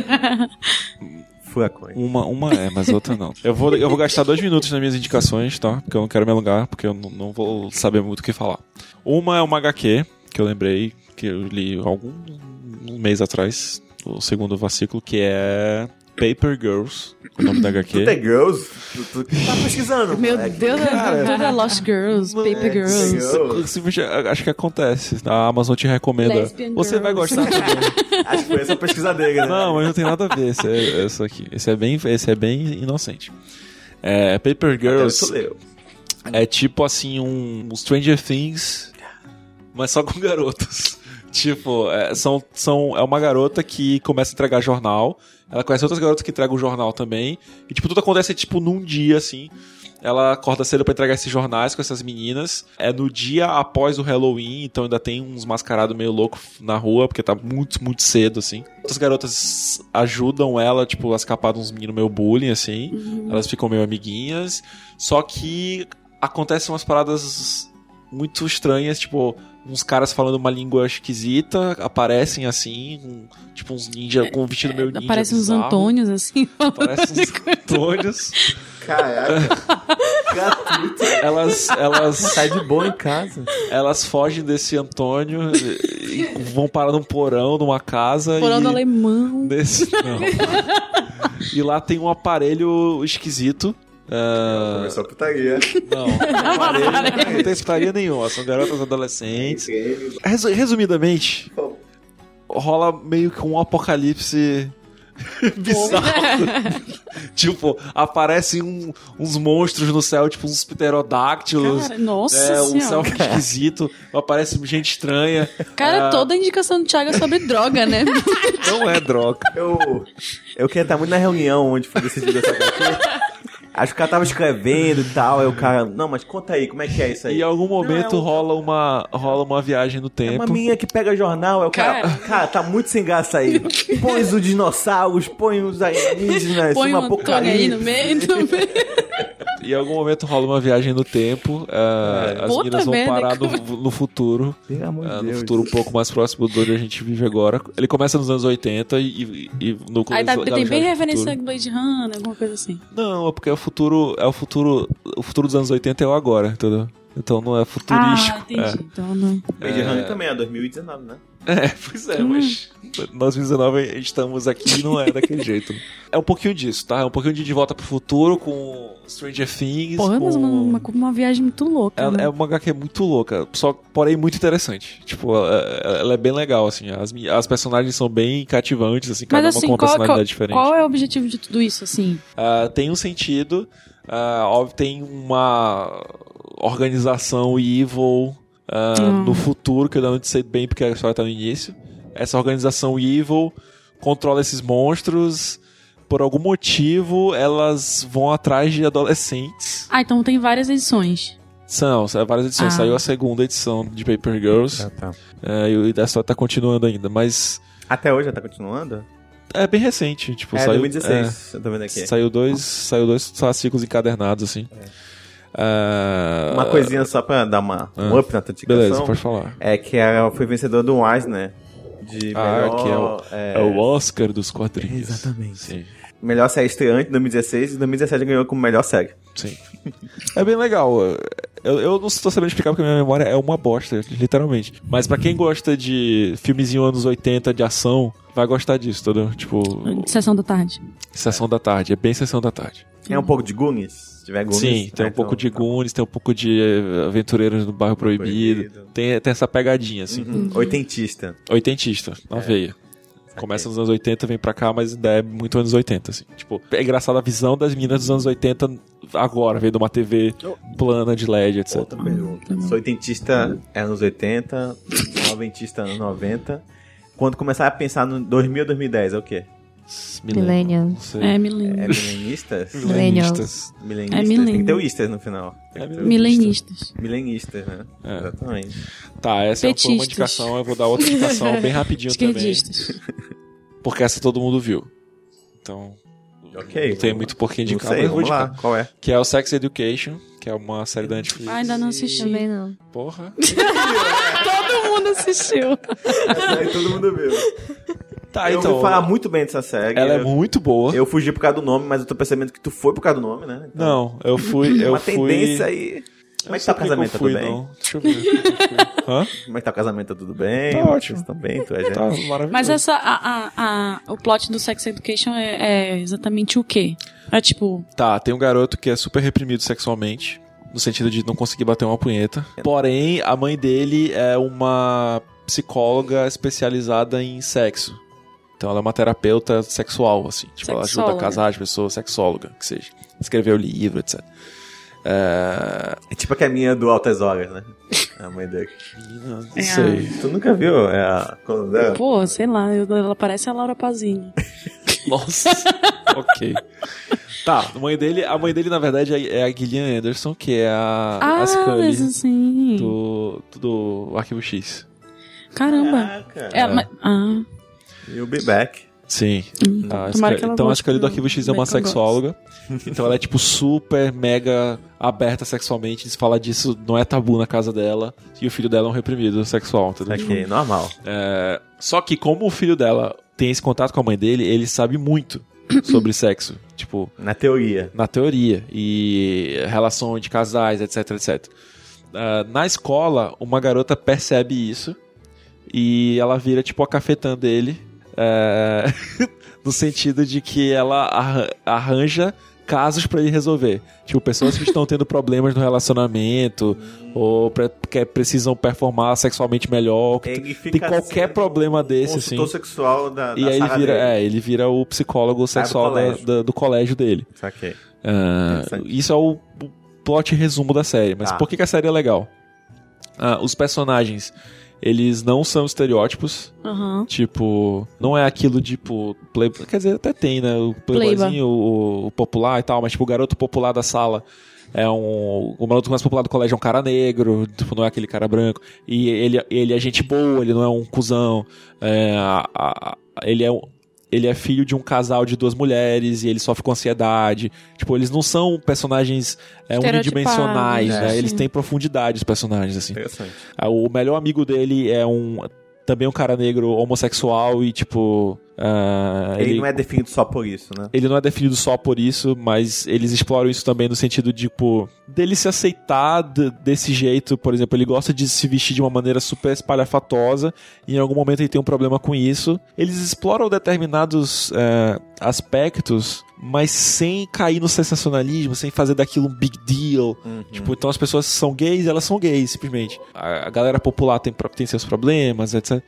Furacões. uma, uma é, mas outra não. Eu vou, eu vou gastar dois minutos nas minhas indicações, tá? Porque eu não quero me alongar, porque eu não, não vou saber muito o que falar. Uma é uma H Q, que eu lembrei, que eu li algum um mês atrás, o segundo versículo, que é Paper Girls, o nome da H Q. Tu tem girls? Tu, tu tá pesquisando, Meu moleque. Deus, tudo é Lost Girls, Paper Girls. Girls. Simplesmente, acho que acontece. A Amazon te recomenda. Lesbian Você vai Girls. gostar também. Acho que foi essa pesquisa dele, né? Não, mas não tem nada a ver. Esse é, esse aqui. Esse é bem, esse é bem inocente. É, Paper Girls Até eu. é tipo assim um, um Stranger Things, mas só com garotas. Tipo, é, são, são, é uma garota que começa a entregar jornal. Ela conhece outras garotas que entregam o jornal também. E, tipo, tudo acontece, tipo, num dia, assim. Ela acorda cedo pra entregar esses jornais com essas meninas. É no dia após o Halloween, então ainda tem uns mascarados meio loucos na rua, porque tá muito, muito cedo, assim. Outras garotas ajudam ela, tipo, a escapar de uns meninos meio bullying, assim. Uhum. Elas ficam meio amiguinhas. Só que acontecem umas paradas muito estranhas, tipo, uns caras falando uma língua esquisita, aparecem assim, um, tipo uns ninja com um vestido meio ninja. Aparecem uns bizarro. Antônios, assim. Aparecem uns Antônios. Caraca. Gratuito. Elas, elas, Sai de boa em casa. elas fogem desse Antônio e e vão parar num porão, numa casa. Porão e... do alemão. Nesse... Não. E lá tem um aparelho esquisito. Uh... Começou a putaria. Não, não, parei, não tem putaria nenhuma. São garotas adolescentes. Resu- resumidamente, rola meio que um apocalipse bizarro. Tipo, aparecem um, uns monstros no céu, tipo uns pterodáctilos. Cara, nossa é, um céu senhora. esquisito. Aparece gente estranha. Cara, Ah, toda a indicação do Thiago é sobre droga, né? Não é droga. Eu, eu queria estar muito na reunião onde foi decidido essa aqui. Acho que o cara tava escrevendo e tal, aí o cara... Não, mas conta aí, como é que é isso aí? E em algum momento Não, é um- rola, uma, rola uma viagem no É tempo. uma menina que pega jornal, é o cara... Cara. Cara, tá muito sem graça aí. Põe os dinossauros, põe os alienígenas, Põe um um Antônio aí no meio, no meio. E em algum momento rola uma viagem no tempo. Uh, as Puta meninas vão merda, parar como- no, no futuro. Pelo amor de Uh, no Deus. futuro um pouco mais próximo de onde a gente vive agora. Ele começa nos anos oitenta e, e, e no Aí tá, começo tem bem do referência a futuro. Blade Runner, alguma coisa assim. Não, é porque é o futuro. É o futuro. O futuro dos anos oitenta é o agora, entendeu? Então não é futurístico. Ah, entendi. Então não... Blade Runner também é dois mil e dezenove, né? É, é pois é, mas nós em dezenove estamos aqui e não é daquele jeito. É um pouquinho disso, tá? É um pouquinho de De Volta pro Futuro com Stranger Things. Porra, com... mas uma, uma, uma viagem muito louca, É, né? é uma agá quê muito louca, só porém muito interessante. Tipo, ela, ela é bem legal, assim. As, mi- as personagens são bem cativantes, assim, cada Mas uma assim, com uma qual, personalidade qual, diferente. qual é o objetivo de tudo isso, assim? Ah, tem um sentido, ah, óbvio, tem uma organização evil ah, Hum. no futuro, que eu não sei bem porque a história tá no início. Essa organização evil controla esses monstros. Por algum motivo, elas vão atrás de adolescentes. Ah, então tem várias edições. São, são várias edições. Ah. Saiu a segunda edição de Paper Girls. tá. É, e a história tá continuando ainda, mas Até hoje já tá continuando? é bem recente. Tipo, É, saiu, dois mil e dezesseis, eu tô vendo é, aqui. saiu dois, saiu dois fascículos encadernados, assim. É, Uma coisinha só pra dar uma, um Ah. up na tua indicação. Beleza, pode falar. É que ela foi vencedora do Eisner. De Ah, melhor, que é o, é, é o Oscar dos quadrinhos. Exatamente. Sim, melhor série estreante em dois mil e dezesseis e dois mil e dezessete ganhou como melhor série. sim. É bem legal. Eu, eu não estou sabendo explicar porque minha memória é uma bosta, literalmente. Mas pra quem gosta de filmezinho anos oitenta de ação, vai gostar disso, entendeu? Tipo, Sessão da tarde. Sessão da Tarde. É bem Sessão da Tarde. Tem um pouco de Goonies? Se tiver Goonies. Sim, tem um ah, pouco então, de Goonies, tem um pouco de eh, Aventureiros no Bairro Proibido. Proibido. Tem, tem essa pegadinha, assim. Uhum. Oitentista. Oitentista, na veia. Começa nos anos oitenta, vem pra cá, mas ainda é muito anos oitenta, assim. Tipo, é engraçado a visão das meninas dos anos oitenta agora, vendo uma T V plana de L E D, etcétera. Outra pergunta. Sou oitentista é anos oitenta, noventista anos noventa. Quando começar a pensar no dois mil a dois mil e dez, é o quê? Millennials. Não sei. É, milênio. É milenistas? Milenistas. Milenistas. É Tem que ter milênio. o Easter no final. É Milenistas. Milenistas, né? É. Exatamente. Tá, essa foi uma Petistas. indicação, eu vou dar outra indicação bem rapidinho também. Esquerdistas. Porque essa todo mundo viu. Então, Ok. não tem vamos- muito por que Não indicar, sei, mas eu vou vamos lá. indicar. Qual é? Que é o Sex Education, que é uma série da Netflix. Ah, ainda não assisti. Também não. Porra. Todo mundo assistiu. Essa aí todo mundo viu. Tá, eu então. ouvi falar muito bem dessa série. Ela é eu, muito boa. eu fugi por causa do nome, mas eu tô percebendo que tu foi por causa do nome, né? Então, Não, eu fui. Eu uma fui... tendência aí. Como é que tá o casamento? Tá fui, tudo bem? não. Deixa eu ver. Como é que eu fui. Hã? Como é que tá o casamento? Tá tudo bem? Tá ótimo. Vocês estão bem? Tu é gente? Tá maravilhoso. Mas essa, a, a, a, o plot do Sex Education é, é exatamente o quê? É tipo, Tá, tem um garoto que é super reprimido sexualmente, no sentido de não conseguir bater uma punheta. Porém, a mãe dele é uma psicóloga especializada em sexo. Então ela é uma terapeuta sexual, assim. Tipo, ela ajuda a Sexóloga. casar as pessoas, sexóloga, que seja. Escreveu livro, etcétera. É... É tipo que a minha do Altas Horas, né? A mãe dele. Menina, não É. sei. Tu nunca viu? É a... Quando dela? pô, sei lá, eu- ela parece a Laura Pazzini. Nossa. Ok. Tá, a mãe dele, a mãe dele, na verdade, é é a Gillian Anderson, que é a, Ah, a Scully mas assim. do, do Arquivo X. Caramba. Caraca. Ela, mas- ah, You'll be back. Sim. Hum, A tomara Scully- que ela então a volte Scully do pro Arquivo X é uma American Gods. sexóloga. Então ela é, tipo, super, mega aberta sexualmente. Se fala disso, não é tabu na casa dela. E o filho dela é um reprimido sexual, entendeu? Ok, normal. É, só que como o filho dela tem esse contato com a mãe dele, ele sabe muito sobre sexo. Tipo, Na teoria. na teoria. E relação de casais, etc, etcétera. Ah, na escola, uma garota percebe isso. E ela vira, tipo, a cafetã dele. é, no sentido de que ela arra- arranja casos pra ele resolver. Tipo, pessoas que estão tendo problemas no relacionamento, hum. ou pre- que precisam performar sexualmente melhor, que ele tem qualquer problema desse, assim. Consultor sexual da, e da aí ele vira, dele. é, ele vira o psicólogo sexual do colégio, da, da, do colégio dele. Saquei. Uh, isso é o, o plot resumo da série. Mas ah. por que, que a série é legal? Uh, os personagens, eles não são estereótipos. Uhum. Tipo, não é aquilo tipo play... quer dizer, até tem, né? O playboyzinho, o, o popular e tal. Mas tipo, o garoto popular da sala é um... O garoto mais popular do colégio é um cara negro. Tipo, não é aquele cara branco. E ele, ele é gente boa, ele não é um cuzão. É, a, a, ele é um... Ele é filho de um casal de duas mulheres e ele sofre com ansiedade. Tipo, eles não são personagens é, unidimensionais, é, né? Sim. Eles têm profundidade, os personagens, assim. Interessante. O melhor amigo dele é um... também um cara negro homossexual e, tipo... Uh, ele, ele não é definido só por isso, né? Ele não é definido só por isso, mas eles exploram isso também no sentido de, tipo, dele se aceitar d- desse jeito. Por exemplo, ele gosta de se vestir de uma maneira super espalhafatosa e em algum momento ele tem um problema com isso. Eles exploram determinados uh, aspectos, mas sem cair no sensacionalismo, sem fazer daquilo um big deal. Uhum. Tipo, então as pessoas são gays, elas são gays, simplesmente. A, a galera popular tem, tem seus problemas, etcétera.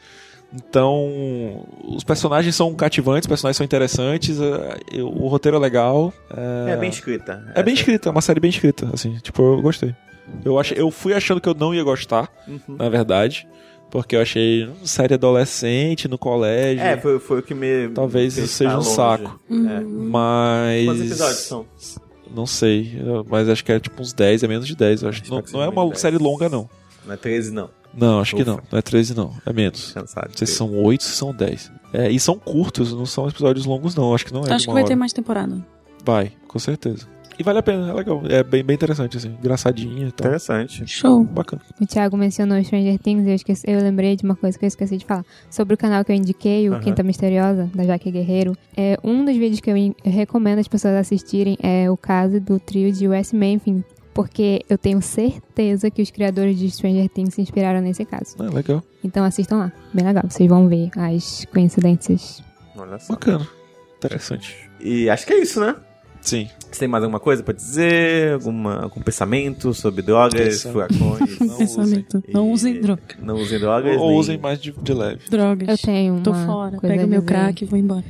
Então, os personagens são cativantes, os personagens são interessantes, o roteiro é legal. É, é bem escrita. É bem escrita, é uma série bem escrita, assim, tipo, eu gostei. Eu, achei, eu fui achando que eu não ia gostar, uhum. na verdade, porque eu achei uma série adolescente, no colégio. É, foi, foi o que me... Talvez isso seja um longe. saco. Uhum. É. Mas... Quantos episódios são? Não sei, mas acho que é tipo uns dez, é menos de dez, eu acho. acho não, não é uma dez. Série longa, não. Não é treze, não. Não, acho Ufa. que não. Não é treze, não. É menos. Cansado não sei se são oito, se são dez. É, e são curtos, não são episódios longos, não. Acho que não é. Acho que vai hora. ter mais temporada. Vai, com certeza. E vale a pena, é legal. É bem, bem interessante, assim. Engraçadinha e tal. Interessante. Show. Bacana. O Thiago mencionou Stranger Things e eu, esqueci, eu lembrei de uma coisa que eu esqueci de falar. Sobre o canal que eu indiquei, o uhum. Quinta Misteriosa, da Jaque Guerreiro. É, um dos vídeos que eu, in- eu recomendo as pessoas assistirem é o caso do trio de West Memphis. Porque eu tenho certeza que os criadores de Stranger Things se inspiraram nesse caso. Ah, legal. Então assistam lá. Bem legal. Vocês vão ver as coincidências. Olha só. Bacana. Interessante. E acho que é isso, né? Sim. Você tem mais alguma coisa pra dizer? Alguma, algum pensamento sobre drogas, furacões? Não pensamento. Usem. Não usem drogas. Não usem drogas? Ou nem... usem mais de, de leve. Drogas. Eu tenho uma Tô fora. coisa Pega meu crack e vou embora.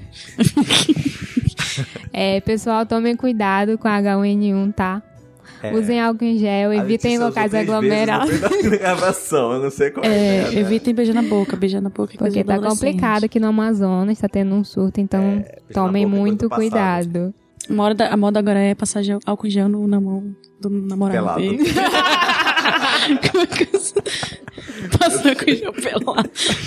É, pessoal, tomem cuidado com a H um N um, tá? É. Usem álcool em gel, evitem locais aglomerados. Gravação, eu não sei qual é. É, evitem beijar na boca, beijar na boca. Porque tá complicado aqui no Amazonas, tá tendo um surto, então é, tomem muito cuidado. A moda, a moda agora é passar gel, álcool em gel no, na mão do namorado. Pelado. Passar álcool em gel pelado.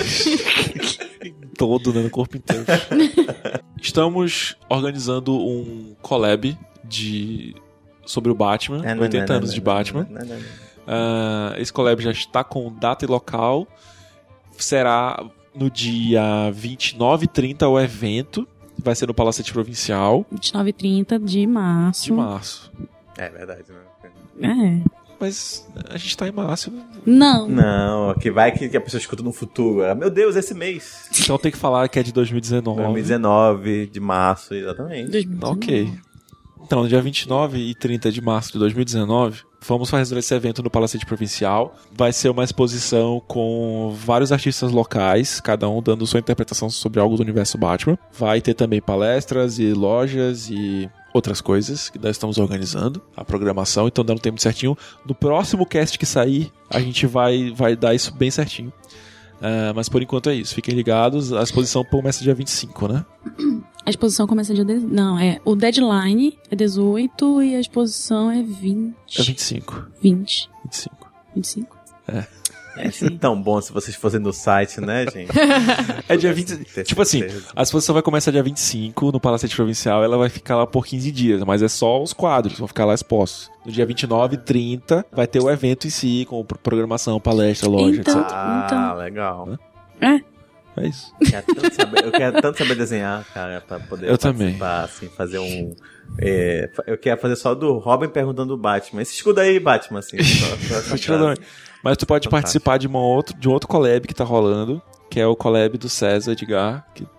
Todo, né, no corpo inteiro. Estamos organizando um collab de... sobre o Batman, é, não, oitenta não, não, anos não, de não, Batman. Não, não, não. Uh, esse collab já está com data e local. Será no dia vinte e nove e trinta o evento. Vai ser no Palacete Provincial. vinte e nove e trinta de março. De março. É verdade, né? É. Mas a gente tá em março. Não. Não, que vai que a pessoa escuta no futuro. Ah, meu Deus, esse mês. Então tem que falar que é de dois mil e dezenove. dois mil e dezenove, de março, exatamente. dois mil e dezenove. Ok. Então, no dia vinte e nove e trinta de março de dois mil e dezenove, vamos fazer esse evento no Palacete Provincial. Vai ser uma exposição com vários artistas locais, cada um dando sua interpretação sobre algo do universo Batman. Vai ter também palestras e lojas e outras coisas que nós estamos organizando, a programação, então dando tempo certinho. No próximo cast que sair, a gente vai, vai dar isso bem certinho. Uh, mas por enquanto é isso, fiquem ligados. A exposição começa dia vinte e cinco, né? A exposição começa dia... De... Não, é... O deadline é dezoito e a exposição é vinte. É vinte e cinco. vinte. vinte e cinco. vinte e cinco? É. É tão bom se vocês fossem no site, né, gente? É dia vinte... Tipo assim, a exposição vai começar dia vinte e cinco no Palacete Provincial, ela vai ficar lá por quinze dias, mas é só os quadros, vão ficar lá expostos. No dia vinte e nove e trinta vai ter o evento em si, com programação, palestra, loja, então, etcétera. Ah, então... legal. É? É isso. Eu quero tanto saber, eu quero tanto saber desenhar, cara, pra poder eu também. assim, fazer um... É, eu quero fazer só do Robin perguntando do Batman. Esse escudo aí, Batman, assim. Só, só essa Mas tu pode Fantástico. participar de, uma outro, de um outro collab que tá rolando, que é o collab do César Edgar, que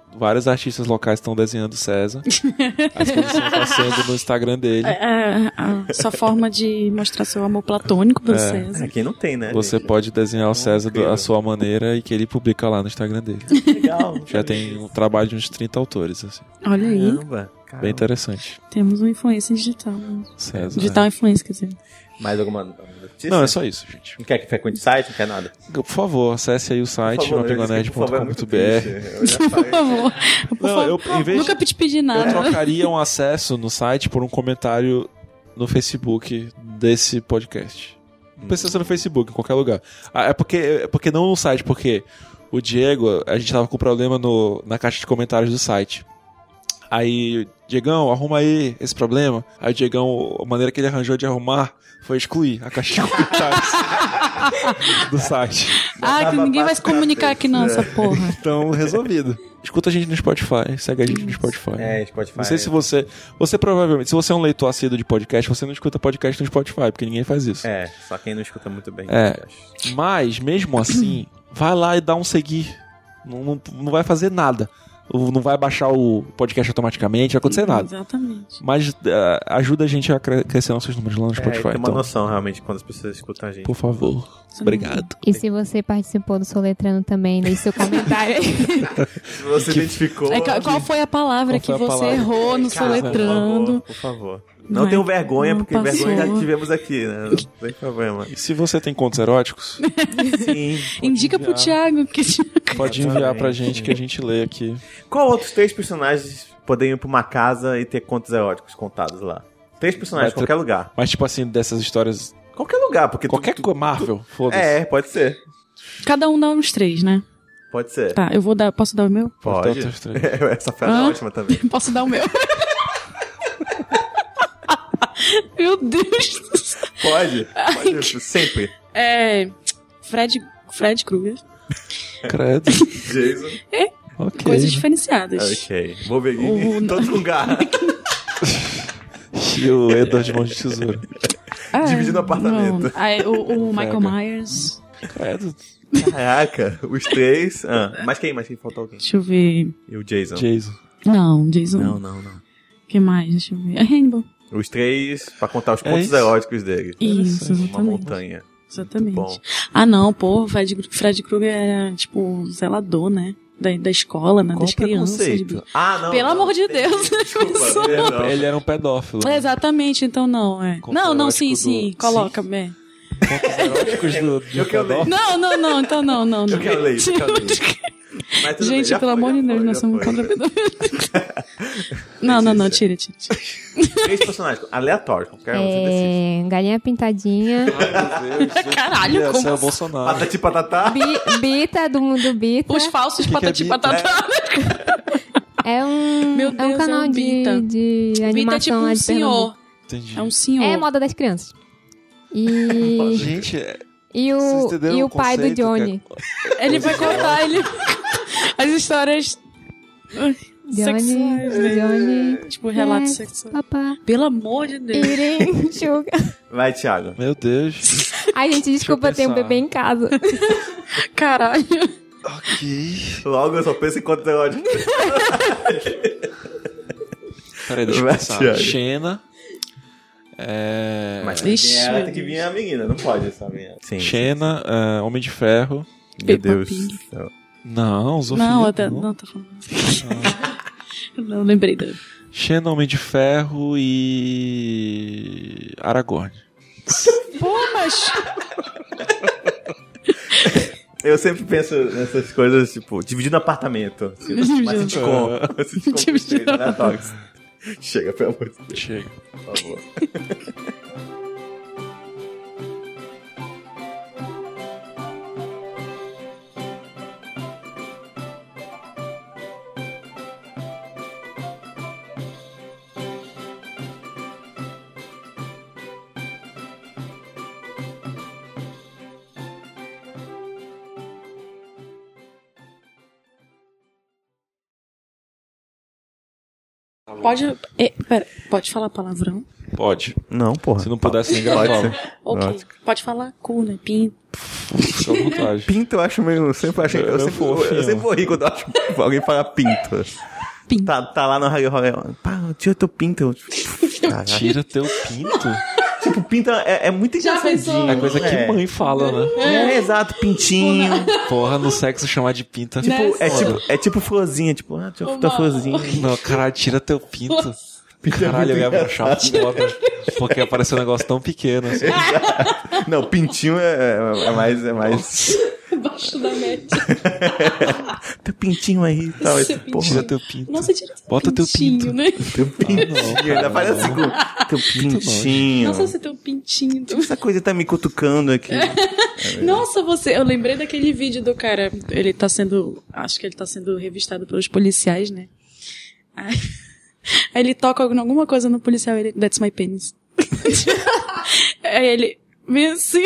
vários artistas locais estão desenhando César. A exposição está sendo no Instagram dele. É, é, a sua forma de mostrar seu amor platônico pelo É. César. Aqui não tem, né? Você gente? pode desenhar o César do- incrível. à sua maneira e que ele publica lá no Instagram dele. Legal. não Já sabia tem disso. um trabalho de uns trinta autores, assim. Olha aí, Caramba, caramba. Bem interessante. temos uma influência digital. né? César. Digital influência, quer dizer. Mais alguma notícia? Não, é só isso, gente. Não quer que frequente o site? Não quer nada? Por favor, acesse aí o site, Por favor, nopigonerd por favor, é ponto com muito ponto b r. triste. Eu já falei. Por favor. Por Não, favor. eu- em vez Nunca de- te pedi Eu nada. trocaria um acesso no site por um comentário no Facebook desse podcast. Não precisa ser no Facebook, em qualquer lugar. Ah, é porque, é porque não no site, porque o Diego, a gente tava com problema no, na caixa de comentários do site. Aí, Diegão, arruma aí esse problema. Aí o Diegão, a maneira que ele arranjou de arrumar foi excluir a caixa de comentários do site. Ah, que tava ninguém vai se fácil comunicar aqui não, essa porra. Então, resolvido. Escuta a gente no Spotify, segue a gente no Spotify. É, Spotify. Não sei se você. Você provavelmente, se você é um leitor assíduo de podcast, você não escuta podcast no Spotify, porque ninguém faz isso. É, só quem não escuta muito bem. É. podcast. Mas, mesmo assim, vai lá e dá um seguir. Não, não, não vai fazer nada. O- Não vai baixar o podcast automaticamente, não vai acontecer nada. Exatamente. Mas eh, ajuda a gente a cre- crescer nossos números lá no É, Spotify. tem uma Então, noção realmente quando as pessoas escutam a gente. por favor. Obrigado. E se você participou do Soletrando também, deixe seu comentário aí. Se você identificou. É, qual- qual foi a palavra Qual foi que a você palavra? errou no Cara, soletrando? Por favor, por favor. Não Vai, tenham vergonha, não porque vergonha passou. já tivemos aqui, né? Não tem problema. E se você tem contos eróticos, Sim. Indica pro Thiago. Que... pode enviar pra Exatamente. gente que a gente lê aqui. Qual outros três personagens poderiam ir pra uma casa e ter contos eróticos contados lá? Três personagens, Vai ter- qualquer lugar. Mas, tipo assim, dessas histórias. Qualquer lugar, porque... tu- Qualquer tu- coisa. Marvel, foda-se. É, pode ser. Cada um dá uns três, né? Pode ser. Tá, eu vou dar. Posso dar o meu? Pode. Então, os três. Essa frase é Hã? ótima também. Posso dar o meu? Meu Deus do céu. Pode. Pode, sempre. É. Fred. Fred Krueger. Credo. Jason. Ok. Coisas diferenciadas. Ok. Wolverine. O- Todos com garra. E o Edward de Mão de Tesoura. Ah, Dividindo apartamento. não. Ah, é, o, o Michael Pega. Myers. Credo. Caraca, os três. Ah, mas quem? Mas quem? Faltou alguém. Deixa eu ver. E o Jason. Jason. Não, Jason. Não, não, não. que mais? Deixa eu ver. A Hannibal. Os três pra contar os É contos isso? eróticos dele. Isso, Uma exatamente. montanha. Exatamente. Bom. Ah, não, pô, o Fred, Fred Krueger era, tipo, zelador, né? Da, da escola, né? Qual Das o crianças. preconceito? Ah, não. Pelo não, amor de entendi. Deus, né, Desculpa, pessoa? perdão. Ele era um pedófilo. É, exatamente, então não, é. Conto Não, não, erótico sim, do- sim, coloca, bem. Contos eróticos do, do Eu quero ler. pedófilo. Não, não, não, então não, não, não. Eu quero ler isso, eu quero ler isso. Mas tudo bem, Gente, já pelo foi, amor já de Deus, foi, nós já somos foi. contra pedofilia. Não, não, não, tira, tira. tira. Três personagens aleatórios. Qualquer um, você decide. É, galinha pintadinha, Caralho, Esse como é o assim? Bolsonaro. Patati patatá. Bi- Bita do mundo Bita. Os falsos que é patati Bita? patatá. É um, Meu é um Deus, canal é um de, Bita. de Bita é animação tipo lá um de Pernambuco. senhor. Entendi. É um senhor. É moda das crianças. E, Gente, é- e vocês o, entenderam e o o pai do conceito, Johnny. Ele vai contar ele... as histórias ai, Johnny, sexuais, né? Johnny. Tipo, relatos Yes, sexuais. Papá. Pelo amor de Deus. Eating sugar. Vai, Thiago. meu Deus. Ai, gente, desculpa, eu tem um pensar. bebê em casa. Caralho. Ok. Logo eu só penso em contos eróticos. Peraí, deixa eu Vai, pensar. Thiago. Xena. É... Mas Vixe, tem, ela, meu tem que Deus. vir a menina, não pode essa menina. Sim. Xena, é, Homem de Ferro. Meu Peppa Deus Pig. do céu. Não, Zofia. Não, até, não, tô falando. Não, lembrei da. Xena, Homem de Ferro e... Aragorn. Pô, mas. Eu sempre penso nessas coisas, tipo, dividindo apartamento. Dividindo. Mas sitcom. Sitcom com Dividindo. três aleatórios. Chega, pelo amor de Deus, Chega. por favor. Pode. É, pera, pode falar palavrão? Pode. Não, porra. Se não pudesse, nem gravava. Ok. Pode, pode falar cu, né? Pinto. Fica à vontade. Pinto eu acho meio... Eu sempre achei... Eu, Eu sempre, fofinho. eu sempre vou rir quando eu acho alguém fala pinto. Pinto. Tá, tá lá no Harry Horror. Pá, tira teu pinto. Eu, caralho. Tira teu pinto. Tipo, pinto é, é muito Já engraçadinho. É coisa que é. mãe fala, né? É, exato, pintinho. Porra, no sexo chamar de pinto é Né? foda. É tipo, é tipo florzinha, tipo, ah, tua, tua florzinha. Não, caralho, tira teu pinto. Pinto é Caralho, eu muito ia achar foda. Porque apareceu um negócio tão pequeno assim. Não, pintinho é, é mais... É mais... Embaixo da média. Teu pintinho aí e tal. Seu Esse, porra, Tira teu pinto. Nossa, tira teu Bota teu pintinho, pinto. né? teu pintinho. Ainda parece assim com teu pintinho. Nossa, você tem um pintinho. Essa coisa tá me cutucando aqui. Nossa, você... Eu lembrei daquele vídeo do cara. Ele tá sendo... Acho que ele tá sendo revistado pelos policiais, né? Aí, aí ele toca alguma coisa no policial. Ele... That's my penis. Aí ele... Vem assim...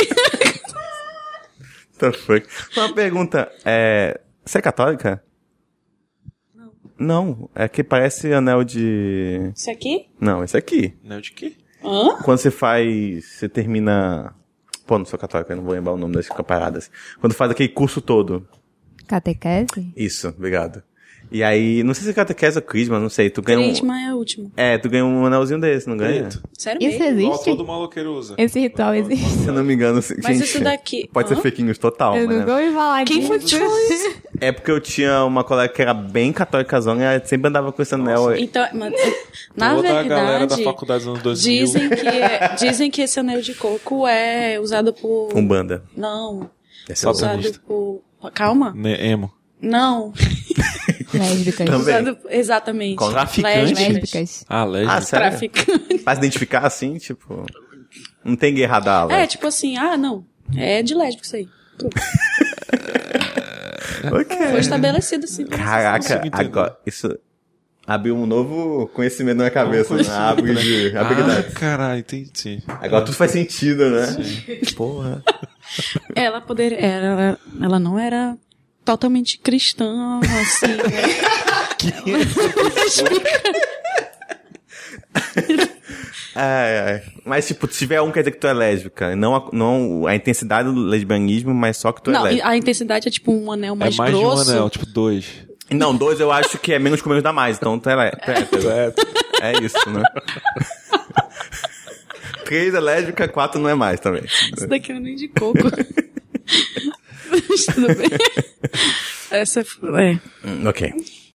The fuck? Uma pergunta, é... Você é católica? Não. Não, é que parece anel de... Isso aqui? Não, esse aqui. Não, de quê? Hã? Quando você faz... Você termina... Pô, não sou católica, eu não vou lembrar o nome das paradas. Quando faz aquele curso todo. Catequese? Isso, obrigado. E aí, não sei se é catequese ou crisma, não sei. Tu ganha um... Crisma é a última. É, tu ganha um anelzinho desse, não ganha? Bonito. Sério Isso mesmo? Igual existe? todo maloqueiro usa. Esse ritual existe? Se eu não me engano, gente... Mas isso daqui... Pode Hã? ser fake news total, Eu mas, nunca né? ouvi falar Quem disso. foi que te falou isso? É porque eu tinha uma colega que era bem católicazona e ela sempre andava com esse anel. Então, mas, na Toda a galera da verdade, faculdade dos anos dois mil. dizem que, dizem que esse anel de coco é usado por... Umbanda. Não. Esse é o- Satanista. Usado por... Calma. Ne- Emo. Não. Lésbicas. Também. Usado... Exatamente. Com traficante? Lésbicas. Lésbicas. Ah, lésbica. Ah, sério? Traficante. Pra se identificar assim, tipo... Não tem guerra da É, tipo assim, ah, não. É de lésbico isso aí. Pronto. Ok. Foi estabelecido assim. Caraca, consigo entender. agora... Isso abriu um novo conhecimento na minha cabeça, né? Abre de Ah, habilidades. caralho, entendi. Agora tudo faz sentido, né? Porra. Ela poder... Ela, ela não era totalmente cristã, assim, né? Ai, ai. Mas, tipo, se tiver um, quer dizer que tu é lésbica. Não a, não a intensidade do lesbianismo, mas só que tu é Não, lésbica. a intensidade é tipo um anel mais, é mais grosso. de um anel, tipo dois. Não, dois eu acho que é menos com menos dá mais. Então tu é, lé- tu é hétero. É isso, né? Três é lésbica, quatro não é mais também. Isso daqui não é nem de coco. Mas tudo bem. Essa é... Hum, ok.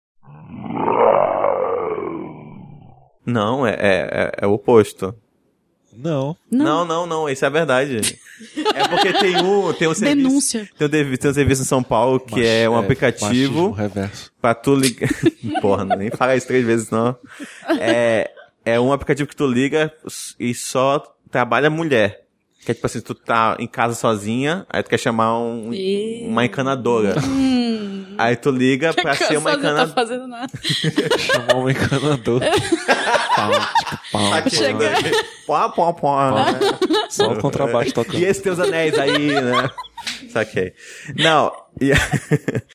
Não, é, é, é, é o oposto. Não. Não, não, não, isso é verdade. É porque tem um, tem um serviço. Denúncia. Tem um, dev- tem um serviço em São Paulo que Mach- é um machismo aplicativo reverso. pra tu ligar. Porra, nem fala isso três vezes, não. É, é um aplicativo que tu liga e só trabalha mulher. Que é tipo assim, tu tá em casa sozinha, aí tu quer chamar um, E- uma encanadora. Aí tu liga pra ser uma Sozinha tá encanadora. fazendo nada. Chamou um encanador. Pau, tipo, pau. Aqui, Chega. né? Pó, pó, pó. Só o contrabaixo tocando. E esses teus anéis aí, né? Saquei. Não, e...